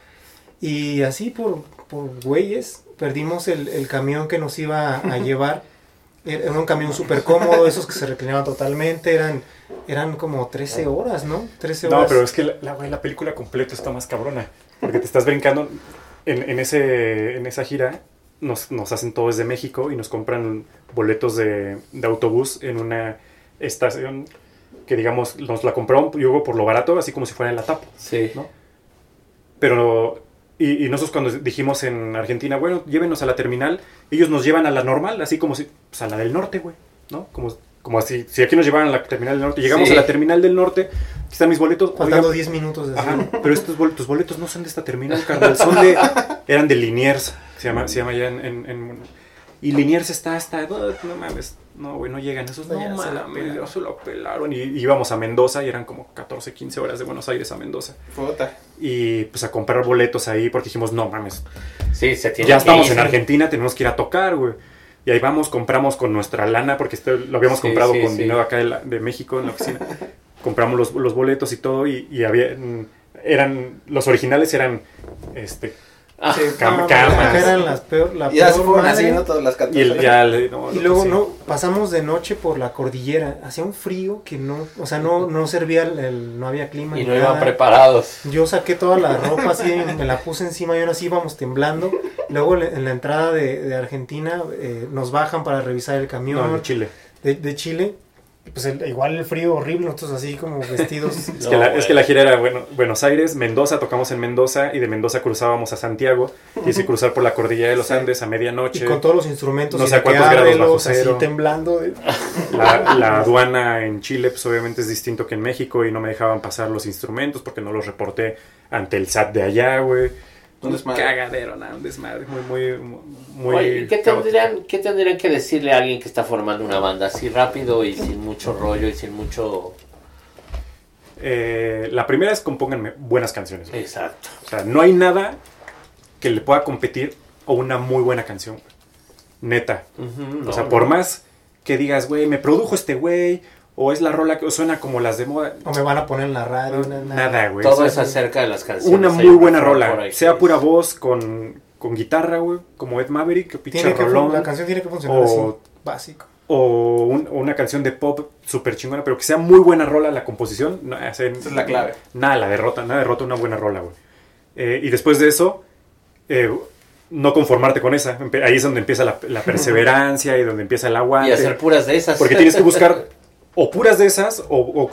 Y así por güeyes perdimos el camión que nos iba a llevar. Era un camión súper cómodo, esos que se reclinaban totalmente, eran como 13 horas, ¿no? 13 horas. No, pero es que la película completa está más cabrona, porque te estás brincando en esa gira. Nos hacen todo desde México y nos compran boletos de autobús en una estación que, digamos, nos la compraron por lo barato, así como si fuera en la tapa. Sí. ¿No? Pero, y nosotros cuando dijimos en Argentina, bueno, llévenos a la terminal, ellos nos llevan a la normal, así como si, pues a la del norte, güey, ¿no? Como como así, si aquí nos llevaran a la terminal del norte, llegamos a la terminal del norte, aquí están mis boletos. Faltando 10 minutos. Ajá, pero tus boletos no son de esta terminal, carnal, eran de Liniers, se llama ya y Liniers está hasta, no mames, no, güey, no llegan esos, no mames, ya se lo pelaron, y íbamos a Mendoza y eran como 14, 15 horas de Buenos Aires a Mendoza. Puta. Y pues a comprar boletos ahí porque dijimos, no mames, sí, ya estamos en Argentina, tenemos que ir a tocar, güey. Y ahí vamos, compramos con nuestra lana, porque lo habíamos comprado con dinero acá de México en la oficina. Compramos los boletos y todo, y había, los originales eran camas. Eran la y ya se peor fueron madre. así, ¿no? Todas las 14. Y luego pasamos de noche por la cordillera. Hacía un frío que no servía, no había clima. Y no iban preparados. Yo saqué toda la ropa así, me la puse encima y ahora sí íbamos temblando. Luego en la entrada de Argentina nos bajan para revisar el camión. No, de Chile. De Chile. Pues igual el frío horrible, nosotros así como vestidos. Es que la gira era Buenos Aires, Mendoza, tocamos en Mendoza y de Mendoza cruzábamos a Santiago. Quise cruzar por la cordillera de los Andes a medianoche. Y con todos los instrumentos. No sé a cuántos grados bajo cero. Así temblando. La aduana en Chile pues obviamente es distinto que en México y no me dejaban pasar los instrumentos porque no los reporté ante el SAT de allá, güey. Un cagadero, nada, un desmadre, muy Oye, ¿qué tendrían que decirle a alguien que está formando una banda así rápido y sin mucho rollo y sin mucho... La primera es compónganme buenas canciones. Güey. Exacto. O sea, no hay nada que le pueda competir a una muy buena canción. Neta. O sea, por más que digas, güey, me produjo este güey, o es la rola que suena como las de moda. O me van a poner en la radio. Nada, güey. Todo es acerca de las canciones. Una muy buena rola. Sea pura voz con guitarra, güey. Como Ed Maverick, la canción tiene que funcionar así, básico. O una canción de pop súper chingona, pero que sea muy buena rola la composición. Esa es la clave. Nada derrota una buena rola, güey. Y después de eso, no conformarte con esa. Ahí es donde empieza la perseverancia y donde empieza el aguante. Y hacer puras de esas. Porque tienes que buscar o puras de esas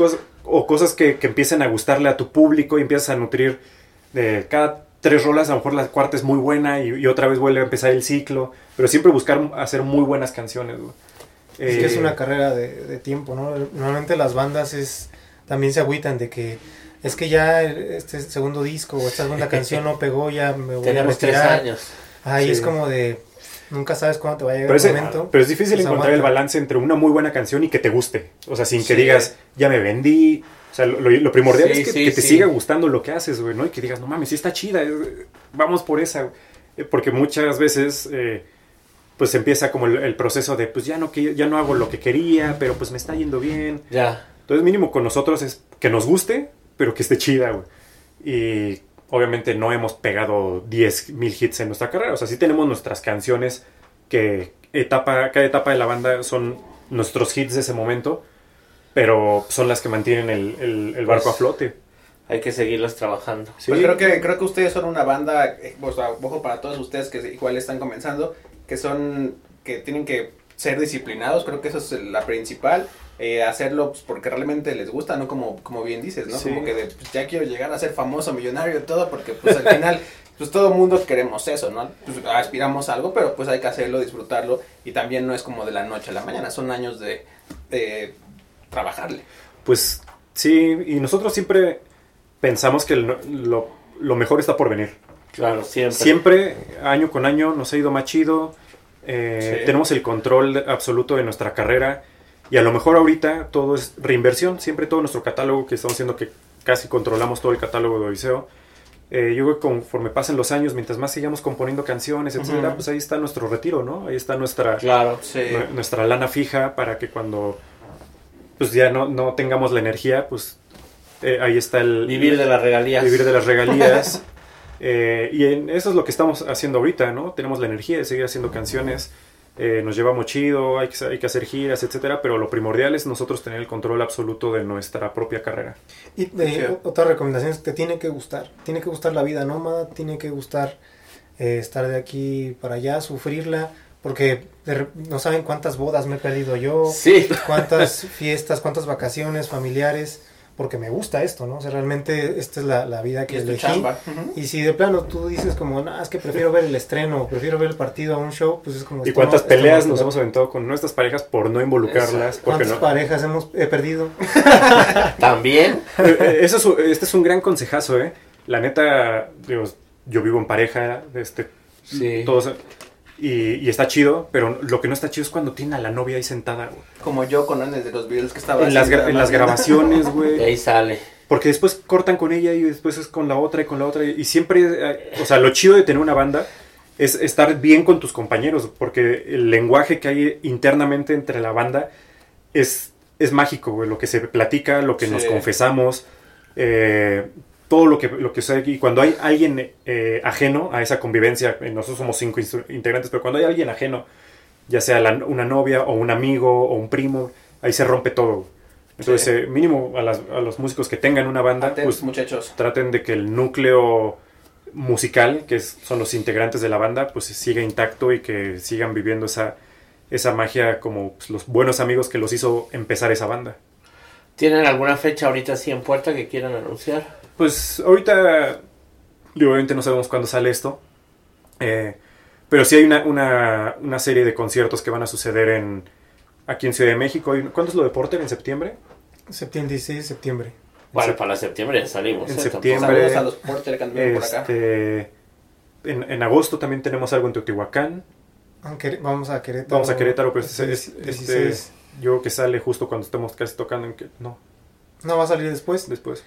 o cosas que empiecen a gustarle a tu público y empiezas a nutrir de cada 3 rolas, a lo mejor la cuarta es muy buena y otra vez vuelve a empezar el ciclo, pero siempre buscar hacer muy buenas canciones, güey. Es que es una carrera de tiempo, ¿no? Normalmente las bandas también se agüitan de que es que ya este segundo disco o esta segunda canción no pegó, ya me voy a retirar. 3 años. Ahí es como de... Nunca sabes cuándo te va a llegar el momento. Pero es difícil encontrar el balance entre una muy buena canción y que te guste. O sea, sin que digas, ya me vendí. O sea, lo primordial es que te siga gustando lo que haces, güey, ¿no? Y que digas, no mames, sí está chida, vamos por esa. Porque muchas veces, pues empieza como el proceso de, pues ya no hago lo que quería, pero pues me está yendo bien. Ya. Entonces, mínimo con nosotros es que nos guste, pero que esté chida, güey. Y... obviamente no hemos pegado 10,000 hits en nuestra carrera. O sea, sí tenemos nuestras canciones que cada etapa de la banda son nuestros hits de ese momento, pero son las que mantienen el barco a flote. Hay que seguirlas trabajando. Sí. Pues creo que ustedes son una banda, o sea, ojo para todos ustedes que igual están comenzando, que tienen que ser disciplinados. Creo que eso es la principal. Hacerlo pues, porque realmente les gusta, ¿no? Como bien dices, ¿no? Sí. Como que pues, ya quiero llegar a ser famoso, millonario y todo, porque pues al final pues todo mundo queremos eso, ¿no? Pues aspiramos a algo, pero pues hay que hacerlo, disfrutarlo, y también no es como de la noche a la mañana, son años de trabajarle. Pues sí, y nosotros siempre pensamos que lo mejor está por venir. Claro, siempre. Siempre, año con año, nos ha ido más chido, tenemos el control absoluto de nuestra carrera. Y a lo mejor ahorita todo es reinversión, siempre todo nuestro catálogo que estamos haciendo, que casi controlamos todo el catálogo de Odiseo. Yo creo que conforme pasen los años, mientras más sigamos componiendo canciones, etcétera, pues ahí está nuestro retiro, ¿no? Ahí está nuestra lana fija para que cuando pues ya no tengamos la energía, pues ahí está el... Vivir de las regalías. Vivir de las regalías. Y eso es lo que estamos haciendo ahorita, ¿no? Tenemos la energía de seguir haciendo canciones. Nos llevamos chido, hay que hacer giras, etcétera, pero lo primordial es nosotros tener el control absoluto de nuestra propia carrera. Y otra recomendación es que te tiene que gustar la vida nómada, tiene que gustar estar de aquí para allá, sufrirla, porque no saben cuántas bodas me he perdido yo, cuántas fiestas, cuántas vacaciones familiares, porque me gusta esto, ¿no? O sea, realmente esta es la vida que elegí. Uh-huh. Y si de plano tú dices como, no, es que prefiero ver el estreno, prefiero ver el partido a un show, pues es como... ¿Y cuántas peleas nos hemos aventado con nuestras parejas por no involucrarlas? ¿Cuántas parejas hemos perdido? También. Este es un gran consejazo, ¿eh? La neta, digo, yo vivo en pareja, sí. Todos... Y está chido, pero lo que no está chido es cuando tiene a la novia ahí sentada, güey. Como yo con Anes de los Beatles que estaba en las grabaciones, güey. Y ahí sale. Porque después cortan con ella y después es con la otra y con la otra. Y siempre, o sea, lo chido de tener una banda es estar bien con tus compañeros. Porque el lenguaje que hay internamente entre la banda es mágico, güey. Lo que se platica, lo que nos confesamos, todo lo que sea. Y cuando hay alguien ajeno a esa convivencia, nosotros somos 5 integrantes, pero cuando hay alguien ajeno, ya sea una novia o un amigo o un primo, ahí se rompe todo. Entonces, mínimo a los músicos que tengan una banda, pues muchachos, traten de que el núcleo musical, que son los integrantes de la banda, pues siga intacto y que sigan viviendo esa magia como pues, los buenos amigos que los hizo empezar esa banda. ¿Tienen alguna fecha ahorita así en puerta que quieran anunciar? Pues ahorita, obviamente no sabemos cuándo sale esto, pero sí hay una serie de conciertos que van a suceder aquí en Ciudad de México. ¿Cuándo es lo de Porter? ¿En septiembre? 16 de septiembre. Bueno, para septiembre ya salimos. En septiembre. Saludos a los Porter que andan por acá. En agosto también tenemos algo en Teotihuacán. Vamos a Querétaro. Vamos a Querétaro, pero yo creo que sale justo cuando estemos casi tocando. No, va a salir después.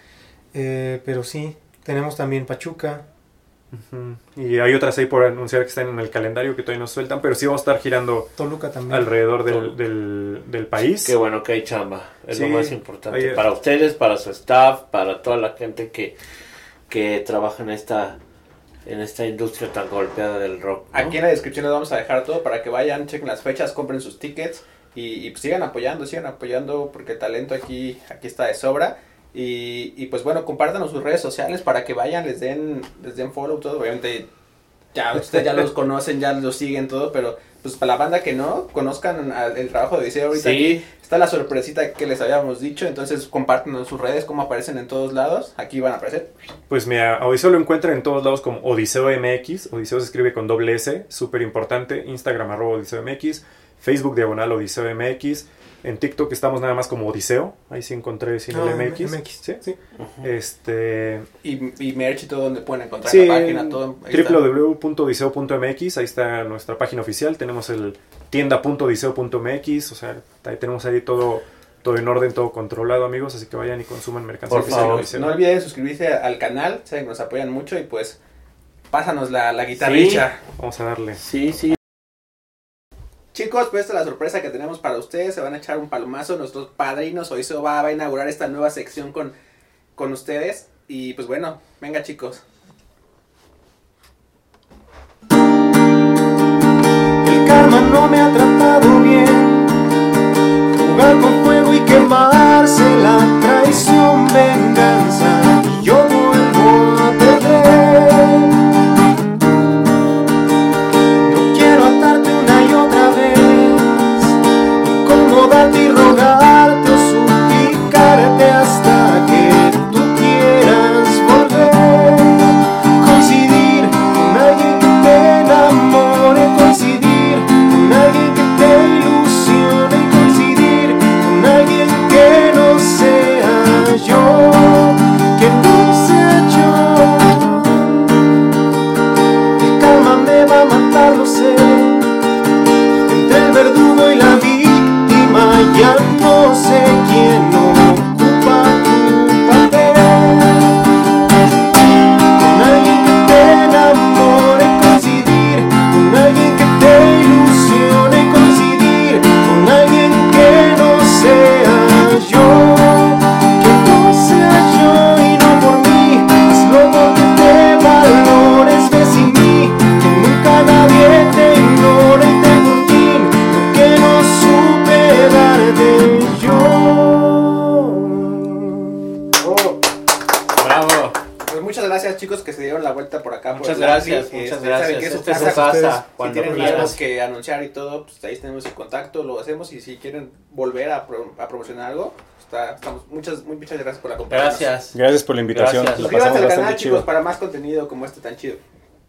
Pero sí, tenemos también Pachuca. Uh-huh. Y hay otras ahí por anunciar que están en el calendario que todavía no sueltan, pero sí vamos a estar girando Toluca también alrededor del país. Qué bueno que hay chamba, es lo más importante para ustedes, para su staff, para toda la gente que trabaja en esta industria tan golpeada del rock, ¿no? Aquí en la descripción les vamos a dejar todo para que vayan, chequen las fechas, compren sus tickets y pues sigan apoyando porque el talento aquí está de sobra. Y pues bueno, compártanos sus redes sociales para que vayan, les den follow, todo. Obviamente ya ustedes ya los conocen, ya los siguen todo, pero pues para la banda que no conozcan el trabajo de Odiseo ahorita, aquí está la sorpresita que les habíamos dicho. Entonces compártanos sus redes, cómo aparecen en todos lados. Aquí van a aparecer. Pues mira, a Odiseo lo encuentran en todos lados como Odiseo MX. Odiseo se escribe con doble S, súper importante. Instagram @Odiseo MX, Facebook /Odiseo MX. En TikTok estamos nada más como Odiseo. Ahí sí encontré sin el MX. Sí. Uh-huh. Y merch y todo donde pueden encontrar la página. Todo www.odiseo.mx. Ahí está nuestra página oficial. Tenemos el tienda.odiseo.mx. O sea, ahí tenemos ahí todo en orden, todo controlado, amigos. Así que vayan y consuman mercancía oficial. Por favor, no olviden suscribirse al canal. Saben que nos apoyan mucho y pues pásanos la guitarrilla. Sí. Vamos a darle. Sí. Chicos, pues esta es la sorpresa que tenemos para ustedes. Se van a echar un palomazo. Nuestros padrinos Odiseo va a inaugurar esta nueva sección con ustedes. Y pues bueno, venga chicos. El karma no me ha tratado bien. Jugar con fuego y quemarse, la traición, venganza. Y yo vuelvo a perder. No quiero atarte una y otra vez, incomodarte y rogarte o suplicarte hasta que tú quieras volver. Coincidir con alguien que te enamore, coincidir con alguien que te ilusione. acá. Muchas gracias, muchas gracias. Que es su casa. Si tienen algo que anunciar y todo, pues ahí tenemos el contacto, lo hacemos. Y si quieren volver a promocionar algo, estamos muchas gracias por la compañía. Gracias por la invitación. Suscríbanse al canal, chicos, para más contenido como este tan chido.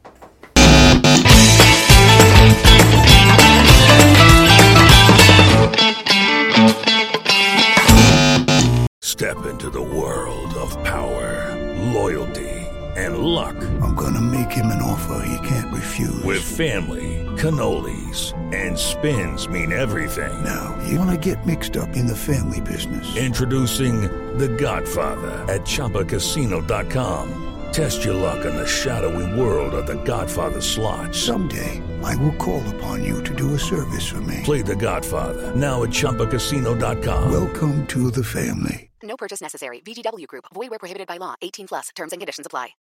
Step into the world of power, loyalty, and luck. I'm gonna make him an offer he can't refuse. With family, cannolis, and spins mean everything. Now, you wanna get mixed up in the family business. Introducing The Godfather at ChumbaCasino.com. Test your luck in the shadowy world of The Godfather slot. Someday, I will call upon you to do a service for me. Play The Godfather, now at ChumbaCasino.com. Welcome to the family. No purchase necessary. VGW Group. Void where prohibited by law. 18+. Terms and conditions apply.